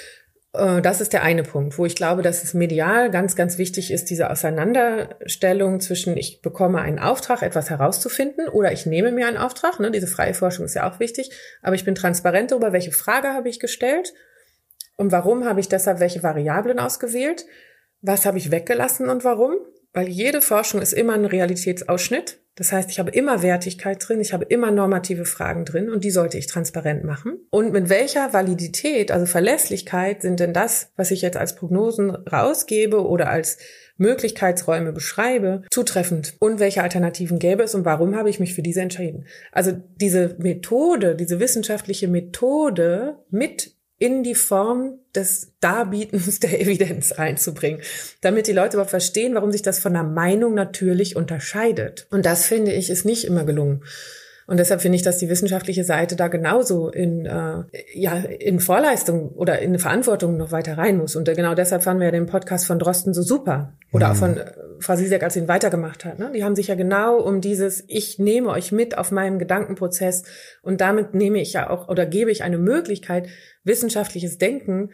das ist der eine Punkt, wo ich glaube, dass es medial ganz, ganz wichtig ist, diese Auseinanderstellung zwischen ich bekomme einen Auftrag, etwas herauszufinden, oder ich nehme mir einen Auftrag, ne, diese freie Forschung ist ja auch wichtig, aber ich bin transparent darüber, welche Frage habe ich gestellt und warum habe ich deshalb welche Variablen ausgewählt, was habe ich weggelassen und warum. Weil jede Forschung ist immer ein Realitätsausschnitt. Das heißt, ich habe immer Wertigkeit drin, ich habe immer normative Fragen drin und die sollte ich transparent machen. Und mit welcher Validität, also Verlässlichkeit, sind denn das, was ich jetzt als Prognosen rausgebe oder als Möglichkeitsräume beschreibe, zutreffend? Und welche Alternativen gäbe es und warum habe ich mich für diese entschieden? Also diese Methode, diese wissenschaftliche Methode mit in die Form des Darbietens der Evidenz reinzubringen, damit die Leute überhaupt verstehen, warum sich das von der Meinung natürlich unterscheidet. Und das, finde ich, ist nicht immer gelungen. Und deshalb finde ich, dass die wissenschaftliche Seite da genauso in äh, ja in Vorleistung oder in Verantwortung noch weiter rein muss. Und genau deshalb fanden wir ja den Podcast von Drosten so super. Oder mhm. auch von äh, Frau Zizek, als sie ihn weitergemacht hat. Ne? Die haben sich ja genau um dieses, ich nehme euch mit auf meinem Gedankenprozess und damit nehme ich ja auch oder gebe ich eine Möglichkeit, wissenschaftliches Denken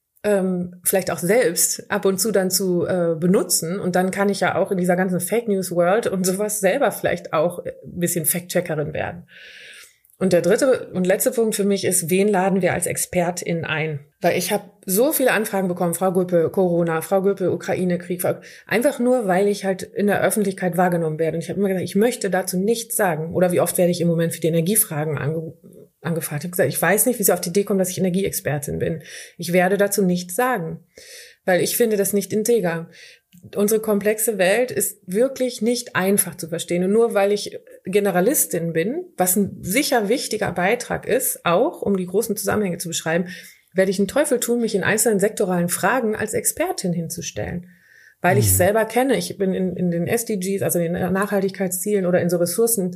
ähm, vielleicht auch selbst ab und zu dann zu äh, benutzen. Und dann kann ich ja auch in dieser ganzen Fake News World und sowas selber vielleicht auch ein bisschen Fact-Checkerin werden. Und der dritte und letzte Punkt für mich ist, wen laden wir als ExpertInnen ein? Weil ich habe so viele Anfragen bekommen, Frau Göpel, Corona, Frau Göpel, Ukraine-Krieg, einfach nur, weil ich halt in der Öffentlichkeit wahrgenommen werde. Und ich habe immer gesagt, ich möchte dazu nichts sagen. Oder wie oft werde ich im Moment für die Energiefragen ange- angefragt. Ich habe gesagt, ich weiß nicht, wie sie auf die Idee kommen, dass ich Energieexpertin bin. Ich werde dazu nichts sagen, weil ich finde das nicht integer. Unsere komplexe Welt ist wirklich nicht einfach zu verstehen. Und nur weil ich Generalistin bin, was ein sicher wichtiger Beitrag ist, auch um die großen Zusammenhänge zu beschreiben, werde ich einen Teufel tun, mich in einzelnen sektoralen Fragen als Expertin hinzustellen. Weil ich es selber kenne. Ich bin in, in den S D Gs, also in den Nachhaltigkeitszielen oder in so Ressourcen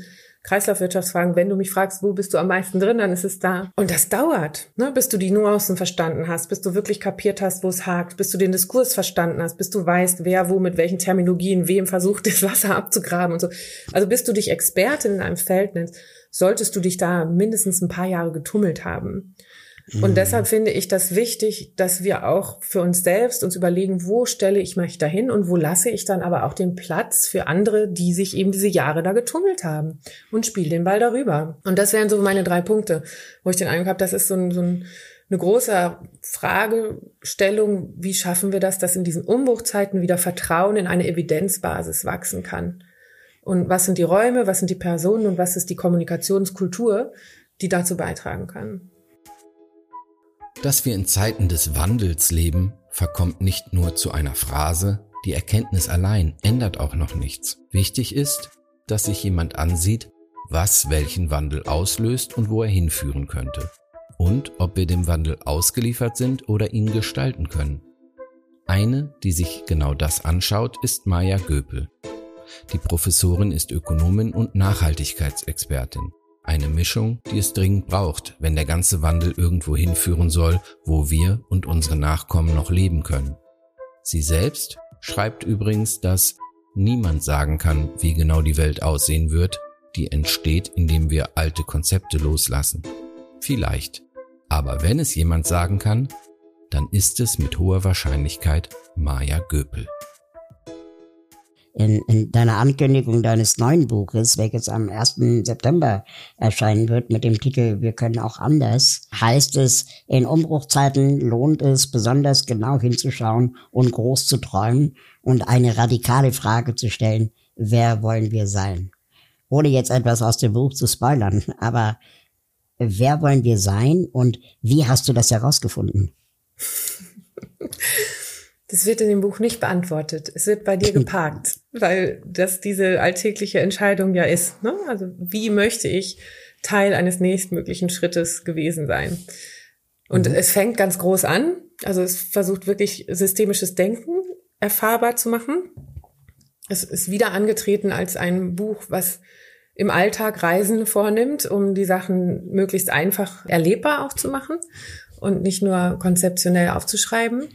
Kreislaufwirtschaftsfragen, wenn du mich fragst, wo bist du am meisten drin, dann ist es da. Und das dauert, ne? Bis du die Nuancen verstanden hast, bis du wirklich kapiert hast, wo es hakt, bis du den Diskurs verstanden hast, bis du weißt, wer wo mit welchen Terminologien wem versucht, das Wasser abzugraben und so. Also bis du dich Expertin in einem Feld nennst, solltest du dich da mindestens ein paar Jahre getummelt haben. Und mhm. deshalb finde ich das wichtig, dass wir auch für uns selbst uns überlegen, wo stelle ich mich dahin und wo lasse ich dann aber auch den Platz für andere, die sich eben diese Jahre da getummelt haben, und spiele den Ball darüber. Und das wären so meine drei Punkte, wo ich den Eindruck habe, das ist so, ein, so ein, eine große Fragestellung, wie schaffen wir das, dass in diesen Umbruchzeiten wieder Vertrauen in eine Evidenzbasis wachsen kann. Und was sind die Räume, was sind die Personen und was ist die Kommunikationskultur, die dazu beitragen kann. Dass wir in Zeiten des Wandels leben, verkommt nicht nur zu einer Phrase. Die Erkenntnis allein ändert auch noch nichts. Wichtig ist, dass sich jemand ansieht, was welchen Wandel auslöst und wo er hinführen könnte. Und ob wir dem Wandel ausgeliefert sind oder ihn gestalten können. Eine, die sich genau das anschaut, ist Maja Göpel. Die Professorin ist Ökonomin und Nachhaltigkeitsexpertin. Eine Mischung, die es dringend braucht, wenn der ganze Wandel irgendwo hinführen soll, wo wir und unsere Nachkommen noch leben können. Sie selbst schreibt übrigens, dass niemand sagen kann, wie genau die Welt aussehen wird, die entsteht, indem wir alte Konzepte loslassen. Vielleicht. Aber wenn es jemand sagen kann, dann ist es mit hoher Wahrscheinlichkeit Maja Göpel. In, in deiner Ankündigung deines neuen Buches, welches am ersten September erscheinen wird mit dem Titel Wir können auch anders, heißt es, in Umbruchzeiten lohnt es besonders genau hinzuschauen und groß zu träumen und eine radikale Frage zu stellen: Wer wollen wir sein? Ohne jetzt etwas aus dem Buch zu spoilern, aber wer wollen wir sein und wie hast du das herausgefunden? Das wird in dem Buch nicht beantwortet. Es wird bei dir geparkt, weil das diese alltägliche Entscheidung ja ist, ne? Also wie möchte ich Teil eines nächstmöglichen Schrittes gewesen sein? Und mhm. es fängt ganz groß an. Also es versucht wirklich systemisches Denken erfahrbar zu machen. Es ist wieder angetreten als ein Buch, was im Alltag Reisen vornimmt, um die Sachen möglichst einfach erlebbar auch zu machen und nicht nur konzeptionell aufzuschreiben.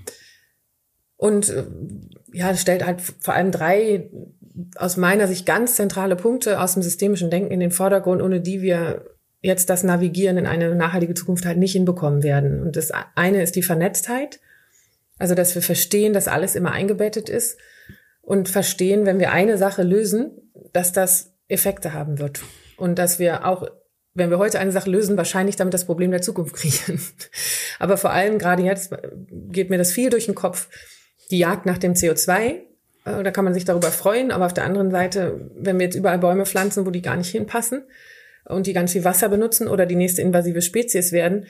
Und ja, stellt halt vor allem drei aus meiner Sicht ganz zentrale Punkte aus dem systemischen Denken in den Vordergrund, ohne die wir jetzt das Navigieren in eine nachhaltige Zukunft halt nicht hinbekommen werden. Und das eine ist die Vernetztheit, also dass wir verstehen, dass alles immer eingebettet ist und verstehen, wenn wir eine Sache lösen, dass das Effekte haben wird und dass wir auch, wenn wir heute eine Sache lösen, wahrscheinlich damit das Problem der Zukunft kriegen. Aber vor allem gerade jetzt geht mir das viel durch den Kopf, die Jagd nach dem C O zwei, äh, da kann man sich darüber freuen, aber auf der anderen Seite, wenn wir jetzt überall Bäume pflanzen, wo die gar nicht hinpassen und die ganz viel Wasser benutzen oder die nächste invasive Spezies werden,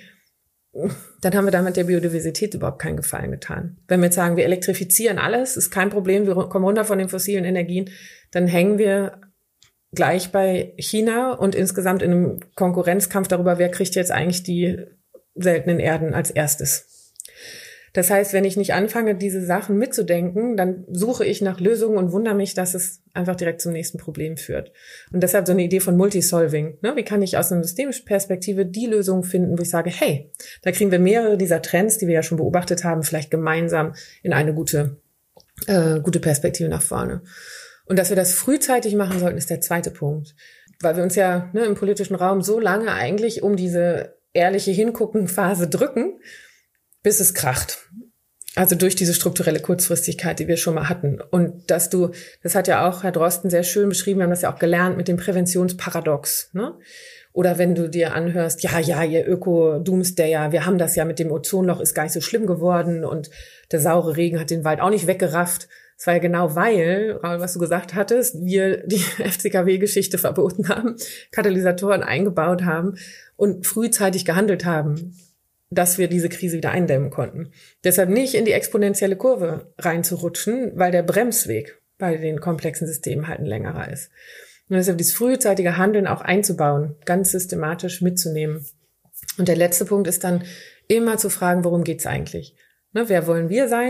dann haben wir damit der Biodiversität überhaupt keinen Gefallen getan. Wenn wir jetzt sagen, wir elektrifizieren alles, ist kein Problem, wir kommen runter von den fossilen Energien, dann hängen wir gleich bei China und insgesamt in einem Konkurrenzkampf darüber, wer kriegt jetzt eigentlich die seltenen Erden als erstes. Das heißt, wenn ich nicht anfange, diese Sachen mitzudenken, dann suche ich nach Lösungen und wundere mich, dass es einfach direkt zum nächsten Problem führt. Und deshalb so eine Idee von Multisolving. Ne? Wie kann ich aus einer systemischen Perspektive die Lösung finden, wo ich sage, hey, da kriegen wir mehrere dieser Trends, die wir ja schon beobachtet haben, vielleicht gemeinsam in eine gute, äh, gute Perspektive nach vorne. Und dass wir das frühzeitig machen sollten, ist der zweite Punkt. Weil wir uns ja ne, im politischen Raum so lange eigentlich um diese ehrliche Hingucken-Phase drücken, bis es kracht. Also durch diese strukturelle Kurzfristigkeit, die wir schon mal hatten. Und dass du, das hat ja auch Herr Drosten sehr schön beschrieben, wir haben das ja auch gelernt mit dem Präventionsparadox, ne? Oder wenn du dir anhörst, ja, ja, ihr Öko-Doomsdayer, wir haben das ja mit dem Ozonloch, ist gar nicht so schlimm geworden und der saure Regen hat den Wald auch nicht weggerafft. Das war ja genau weil, Raul, was du gesagt hattest, wir die F C K W-Geschichte verboten haben, Katalysatoren eingebaut haben und frühzeitig gehandelt haben, dass wir diese Krise wieder eindämmen konnten. Deshalb nicht in die exponentielle Kurve reinzurutschen, weil der Bremsweg bei den komplexen Systemen halt ein längerer ist. Und deshalb dieses frühzeitige Handeln auch einzubauen, ganz systematisch mitzunehmen. Und der letzte Punkt ist dann immer zu fragen, worum geht's eigentlich? Ne, wer wollen wir sein?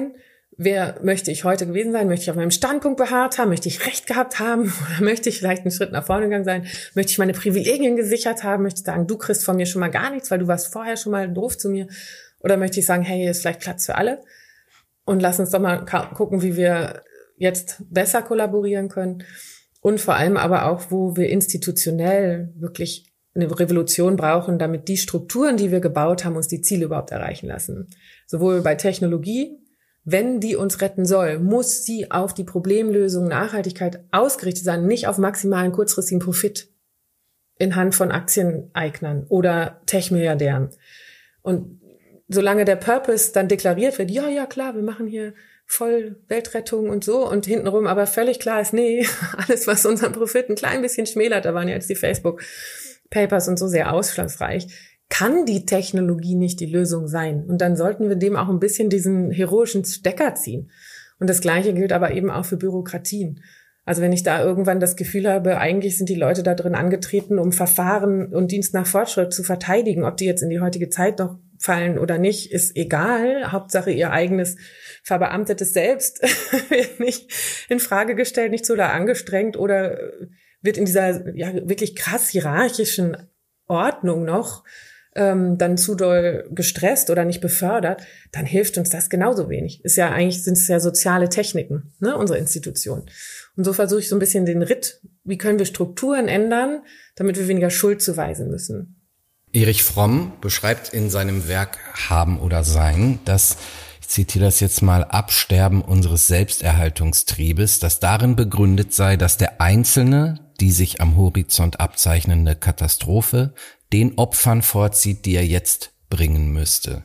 wer möchte ich heute gewesen sein? Möchte ich auf meinem Standpunkt beharrt haben? Möchte ich Recht gehabt haben? Oder möchte ich vielleicht einen Schritt nach vorne gegangen sein? Möchte ich meine Privilegien gesichert haben? Möchte ich sagen, du kriegst von mir schon mal gar nichts, weil du warst vorher schon mal doof zu mir? Oder möchte ich sagen, hey, hier ist vielleicht Platz für alle? Und lass uns doch mal gucken, wie wir jetzt besser kollaborieren können. Und vor allem aber auch, wo wir institutionell wirklich eine Revolution brauchen, damit die Strukturen, die wir gebaut haben, uns die Ziele überhaupt erreichen lassen. Sowohl bei Technologie, wenn die uns retten soll, muss sie auf die Problemlösung Nachhaltigkeit ausgerichtet sein, nicht auf maximalen kurzfristigen Profit in Hand von Aktieneignern oder Tech-Milliardären. Und solange der Purpose dann deklariert wird, ja, ja, klar, wir machen hier voll Weltrettung und so, und hintenrum aber völlig klar ist, nee, alles, was unseren Profit ein klein bisschen schmälert, da waren ja jetzt die Facebook-Papers und so sehr ausschlussreich, kann die Technologie nicht die Lösung sein. Und dann sollten wir dem auch ein bisschen diesen heroischen Stecker ziehen. Und das Gleiche gilt aber eben auch für Bürokratien. Also wenn ich da irgendwann das Gefühl habe, eigentlich sind die Leute da drin angetreten, um Verfahren und Dienst nach Fortschritt zu verteidigen, ob die jetzt in die heutige Zeit noch fallen oder nicht, ist egal. Hauptsache ihr eigenes verbeamtetes Selbst wird nicht in Frage gestellt, nicht so da angestrengt oder wird in dieser ja wirklich krass hierarchischen Ordnung noch ähm, dann zu doll gestresst oder nicht befördert, dann hilft uns das genauso wenig. Ist ja eigentlich, sind es ja soziale Techniken, ne, unsere Institution. Und so versuche ich so ein bisschen den Ritt, wie können wir Strukturen ändern, damit wir weniger Schuld zuweisen müssen. Erich Fromm beschreibt in seinem Werk Haben oder Sein, dass, ich zitiere das jetzt mal, Absterben unseres Selbsterhaltungstriebes, das darin begründet sei, dass der Einzelne die sich am Horizont abzeichnende Katastrophe den Opfern vorzieht, die er jetzt bringen müsste.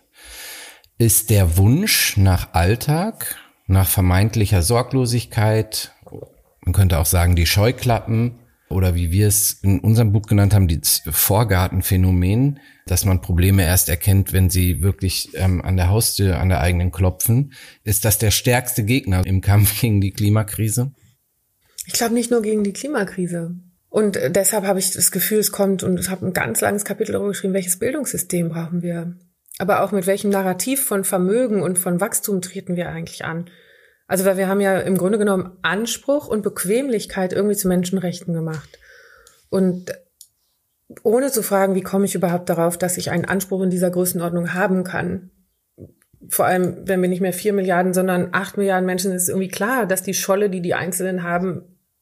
Ist der Wunsch nach Alltag, nach vermeintlicher Sorglosigkeit, man könnte auch sagen die Scheuklappen, oder wie wir es in unserem Buch genannt haben, das Vorgartenphänomen, dass man Probleme erst erkennt, wenn sie wirklich ähm, an der Haustür, an der eigenen klopfen. Ist das der stärkste Gegner im Kampf gegen die Klimakrise? Ich glaube nicht nur gegen die Klimakrise. Und deshalb habe ich das Gefühl, es kommt, und ich habe ein ganz langes Kapitel darüber geschrieben, welches Bildungssystem brauchen wir. Aber auch mit welchem Narrativ von Vermögen und von Wachstum treten wir eigentlich an. Also weil wir haben ja im Grunde genommen Anspruch und Bequemlichkeit irgendwie zu Menschenrechten gemacht. Und ohne zu fragen, wie komme ich überhaupt darauf, dass ich einen Anspruch in dieser Größenordnung haben kann. Vor allem, wenn wir nicht mehr vier Milliarden, sondern acht Milliarden Menschen sind, ist irgendwie klar, dass die Scholle, die die Einzelnen haben,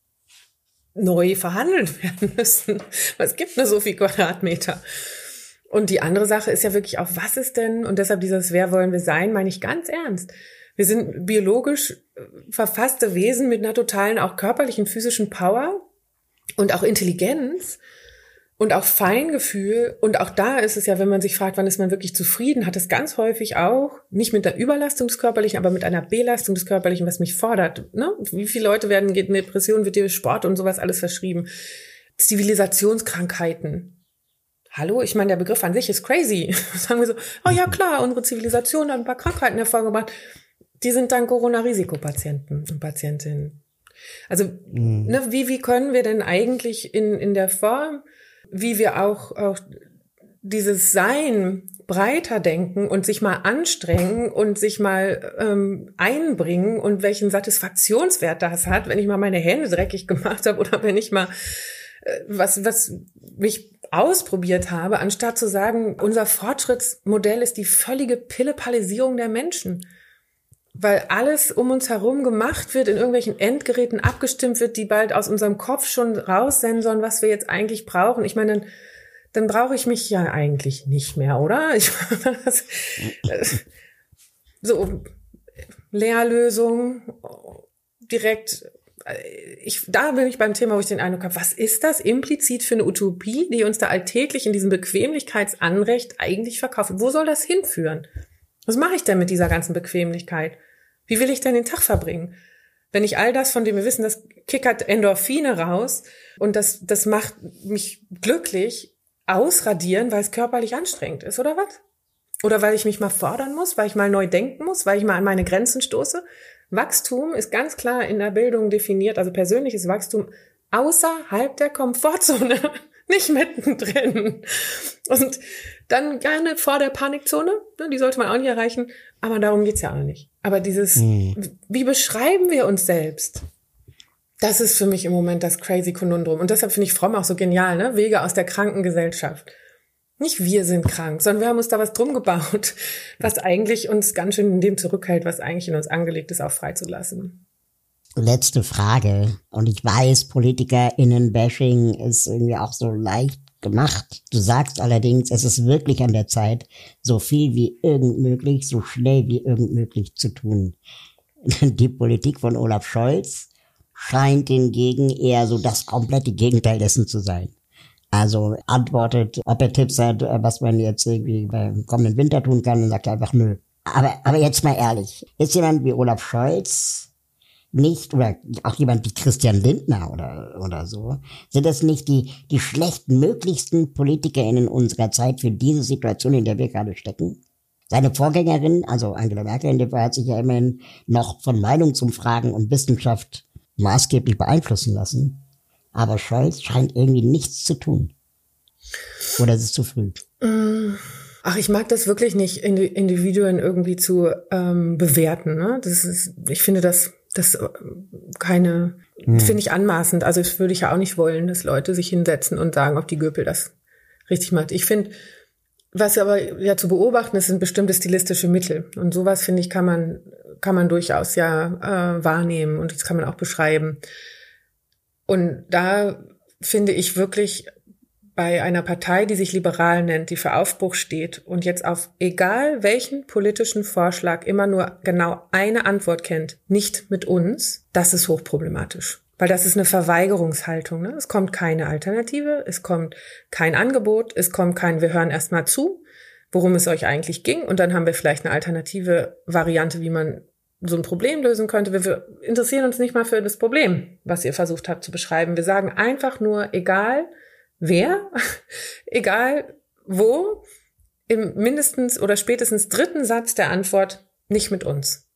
neu verhandelt werden müssen. Es gibt nur so viel Quadratmeter. Und die andere Sache ist ja wirklich auch, was ist denn, und deshalb dieses Wer wollen wir sein, meine ich ganz ernst. Wir sind biologisch verfasste Wesen mit einer totalen, auch körperlichen, physischen Power und auch Intelligenz und auch Feingefühl. Und auch da ist es ja, wenn man sich fragt, wann ist man wirklich zufrieden, hat es ganz häufig auch, nicht mit der Überlastung des Körperlichen, aber mit einer Belastung des Körperlichen, was mich fordert. Ne? Wie viele Leute werden in Depressionen, wird dir Sport und sowas alles verschrieben. Zivilisationskrankheiten. Hallo, ich meine, der Begriff an sich ist crazy. Sagen wir so, oh ja klar, unsere Zivilisation hat ein paar Krankheiten hervorgebracht. Die sind dann Corona-Risikopatienten und Patientinnen. Also mhm. ne, wie wie können wir denn eigentlich in in der Form, wie wir auch auch dieses Sein breiter denken und sich mal anstrengen und sich mal ähm, einbringen und welchen Satisfaktionswert das hat, wenn ich mal meine Hände dreckig gemacht habe oder wenn ich mal äh, was was mich ausprobiert habe, anstatt zu sagen, unser Fortschrittsmodell ist die völlige Pille-Pallisierung der Menschen. Weil alles um uns herum gemacht wird, in irgendwelchen Endgeräten abgestimmt wird, die bald aus unserem Kopf schon raussensoren, was wir jetzt eigentlich brauchen. Ich meine, dann, dann brauche ich mich ja eigentlich nicht mehr, oder? Ich, das, so Lehrlösung direkt. Ich, da bin ich beim Thema, wo ich den Eindruck habe, was ist das implizit für eine Utopie, die uns da alltäglich in diesem Bequemlichkeitsanrecht eigentlich verkauft? Wo soll das hinführen? Was mache ich denn mit dieser ganzen Bequemlichkeit? Wie will ich denn den Tag verbringen? Wenn ich all das, von dem wir wissen, das kickert Endorphine raus und das, das macht mich glücklich, ausradieren, weil es körperlich anstrengend ist, oder was? Oder weil ich mich mal fordern muss, weil ich mal neu denken muss, weil ich mal an meine Grenzen stoße? Wachstum ist ganz klar in der Bildung definiert, also persönliches Wachstum außerhalb der Komfortzone. nicht mittendrin. Und dann gerne vor der Panikzone, die sollte man auch nicht erreichen, aber darum geht's ja auch nicht. Aber dieses, hm. wie beschreiben wir uns selbst? Das ist für mich im Moment das crazy Konundrum. Und deshalb finde ich Fromm auch so genial, ne? Wege aus der Krankengesellschaft. Nicht wir sind krank, sondern wir haben uns da was drum gebaut, was eigentlich uns ganz schön in dem zurückhält, was eigentlich in uns angelegt ist, auch freizulassen. Letzte Frage. Und ich weiß, PolitikerInnen-Bashing ist irgendwie auch so leicht gemacht. Du sagst allerdings, es ist wirklich an der Zeit, so viel wie irgend möglich, so schnell wie irgend möglich zu tun. Die Politik von Olaf Scholz scheint hingegen eher so das komplette Gegenteil dessen zu sein. Also antwortet, ob er Tipps hat, was man jetzt irgendwie beim kommenden Winter tun kann, und sagt einfach nö. Aber, aber jetzt mal ehrlich, ist jemand wie Olaf Scholz nicht, oder auch jemand wie Christian Lindner oder, oder so, sind das nicht die, die schlechten möglichsten PolitikerInnen unserer Zeit für diese Situation, in der wir gerade stecken? Seine Vorgängerin, also Angela Merkel, in dem Fall hat sich ja immerhin noch von Meinungsumfragen und Wissenschaft maßgeblich beeinflussen lassen. Aber Scholz scheint irgendwie nichts zu tun. Oder ist es zu früh? Ach, ich mag das wirklich nicht, Individuen irgendwie zu ähm, bewerten. Ne? Das ist, ich finde das, das keine, hm. finde ich anmaßend. Also das würde ich ja auch nicht wollen, dass Leute sich hinsetzen und sagen, ob die Göpel das richtig macht. Ich finde, was aber ja zu beobachten ist, sind bestimmte stilistische Mittel. Und sowas, finde ich, kann man, kann man durchaus ja äh, wahrnehmen und das kann man auch beschreiben. Und da finde ich wirklich bei einer Partei, die sich liberal nennt, die für Aufbruch steht und jetzt auf egal welchen politischen Vorschlag immer nur genau eine Antwort kennt, nicht mit uns, das ist hochproblematisch. Weil das ist eine Verweigerungshaltung. Ne? Es kommt keine Alternative, es kommt kein Angebot, es kommt kein, wir hören erst mal zu, worum es euch eigentlich ging und dann haben wir vielleicht eine alternative Variante, wie man so ein Problem lösen könnte. Wir interessieren uns nicht mal für das Problem, was ihr versucht habt zu beschreiben. Wir sagen einfach nur, egal wer, egal wo, im mindestens oder spätestens dritten Satz der Antwort, nicht mit uns.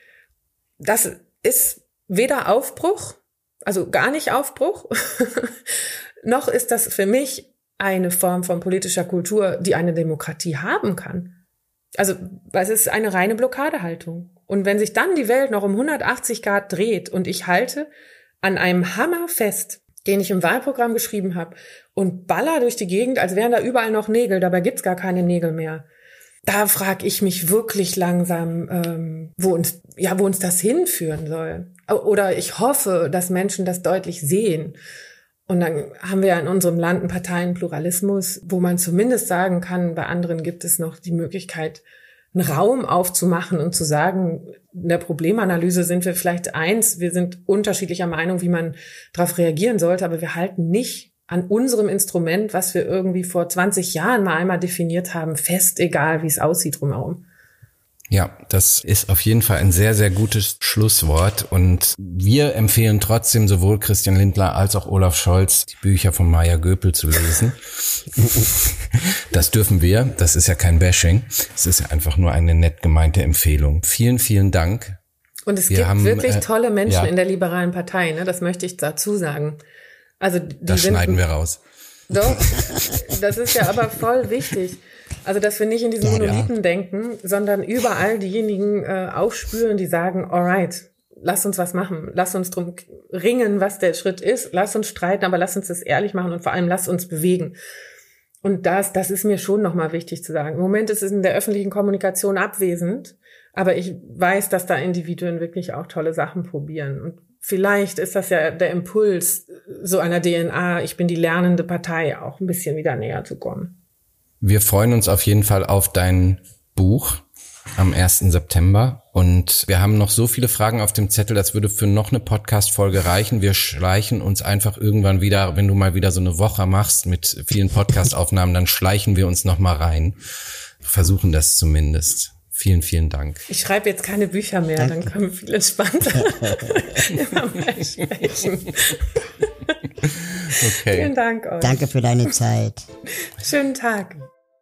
Das ist weder Aufbruch, also gar nicht Aufbruch, noch ist das für mich eine Form von politischer Kultur, die eine Demokratie haben kann. Also, es ist eine reine Blockadehaltung. Und wenn sich dann die Welt noch um hundertachtzig Grad dreht und ich halte an einem Hammer fest, den ich im Wahlprogramm geschrieben habe und baller durch die Gegend, als wären da überall noch Nägel, dabei gibt's gar keine Nägel mehr. Da frage ich mich wirklich langsam, ähm, wo uns, ja, wo uns das hinführen soll. Oder ich hoffe, dass Menschen das deutlich sehen. Und dann haben wir ja in unserem Land einen Parteienpluralismus, wo man zumindest sagen kann, bei anderen gibt es noch die Möglichkeit, einen Raum aufzumachen und zu sagen, in der Problemanalyse sind wir vielleicht eins, wir sind unterschiedlicher Meinung, wie man darauf reagieren sollte, aber wir halten nicht an unserem Instrument, was wir irgendwie vor zwanzig Jahren mal einmal definiert haben, fest, egal wie es aussieht drumherum. Ja, das ist auf jeden Fall ein sehr, sehr gutes Schlusswort und wir empfehlen trotzdem sowohl Christian Lindner als auch Olaf Scholz, die Bücher von Maya Göpel zu lesen. Das dürfen wir, das ist ja kein Bashing, es ist ja einfach nur eine nett gemeinte Empfehlung. Vielen, vielen Dank. Und es wir gibt haben, wirklich äh, tolle Menschen ja. in der liberalen Partei, ne? Das möchte ich dazu sagen. Also die das sind, schneiden wir raus. Doch, das ist ja aber voll wichtig. Also, dass wir nicht in diesen ja, Monolithen ja. denken, sondern überall diejenigen äh, aufspüren, die sagen, alright, lass uns was machen, lass uns drum ringen, was der Schritt ist, lass uns streiten, aber lass uns das ehrlich machen und vor allem lass uns bewegen. Und das, das ist mir schon nochmal wichtig zu sagen. Im Moment ist es in der öffentlichen Kommunikation abwesend, aber ich weiß, dass da Individuen wirklich auch tolle Sachen probieren. Und vielleicht ist das ja der Impuls so einer D N A, ich bin die lernende Partei, auch ein bisschen wieder näher zu kommen. Wir freuen uns auf jeden Fall auf dein Buch am ersten September und wir haben noch so viele Fragen auf dem Zettel, das würde für noch eine Podcast-Folge reichen. Wir schleichen uns einfach irgendwann wieder, wenn du mal wieder so eine Woche machst mit vielen Podcast-Aufnahmen, dann schleichen wir uns noch mal rein. Versuchen das zumindest. Vielen, vielen Dank. Ich schreibe jetzt keine Bücher mehr, Danke. Dann können wir viel entspannter immer mehr sprechen. Okay. Vielen Dank euch. Danke für deine Zeit. Schönen Tag.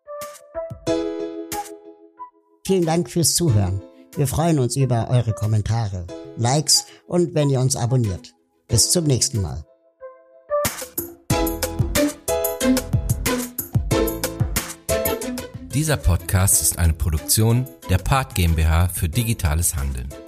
Vielen Dank fürs Zuhören. Wir freuen uns über eure Kommentare, Likes und wenn ihr uns abonniert. Bis zum nächsten Mal. Dieser Podcast ist eine Produktion der Part GmbH für digitales Handeln.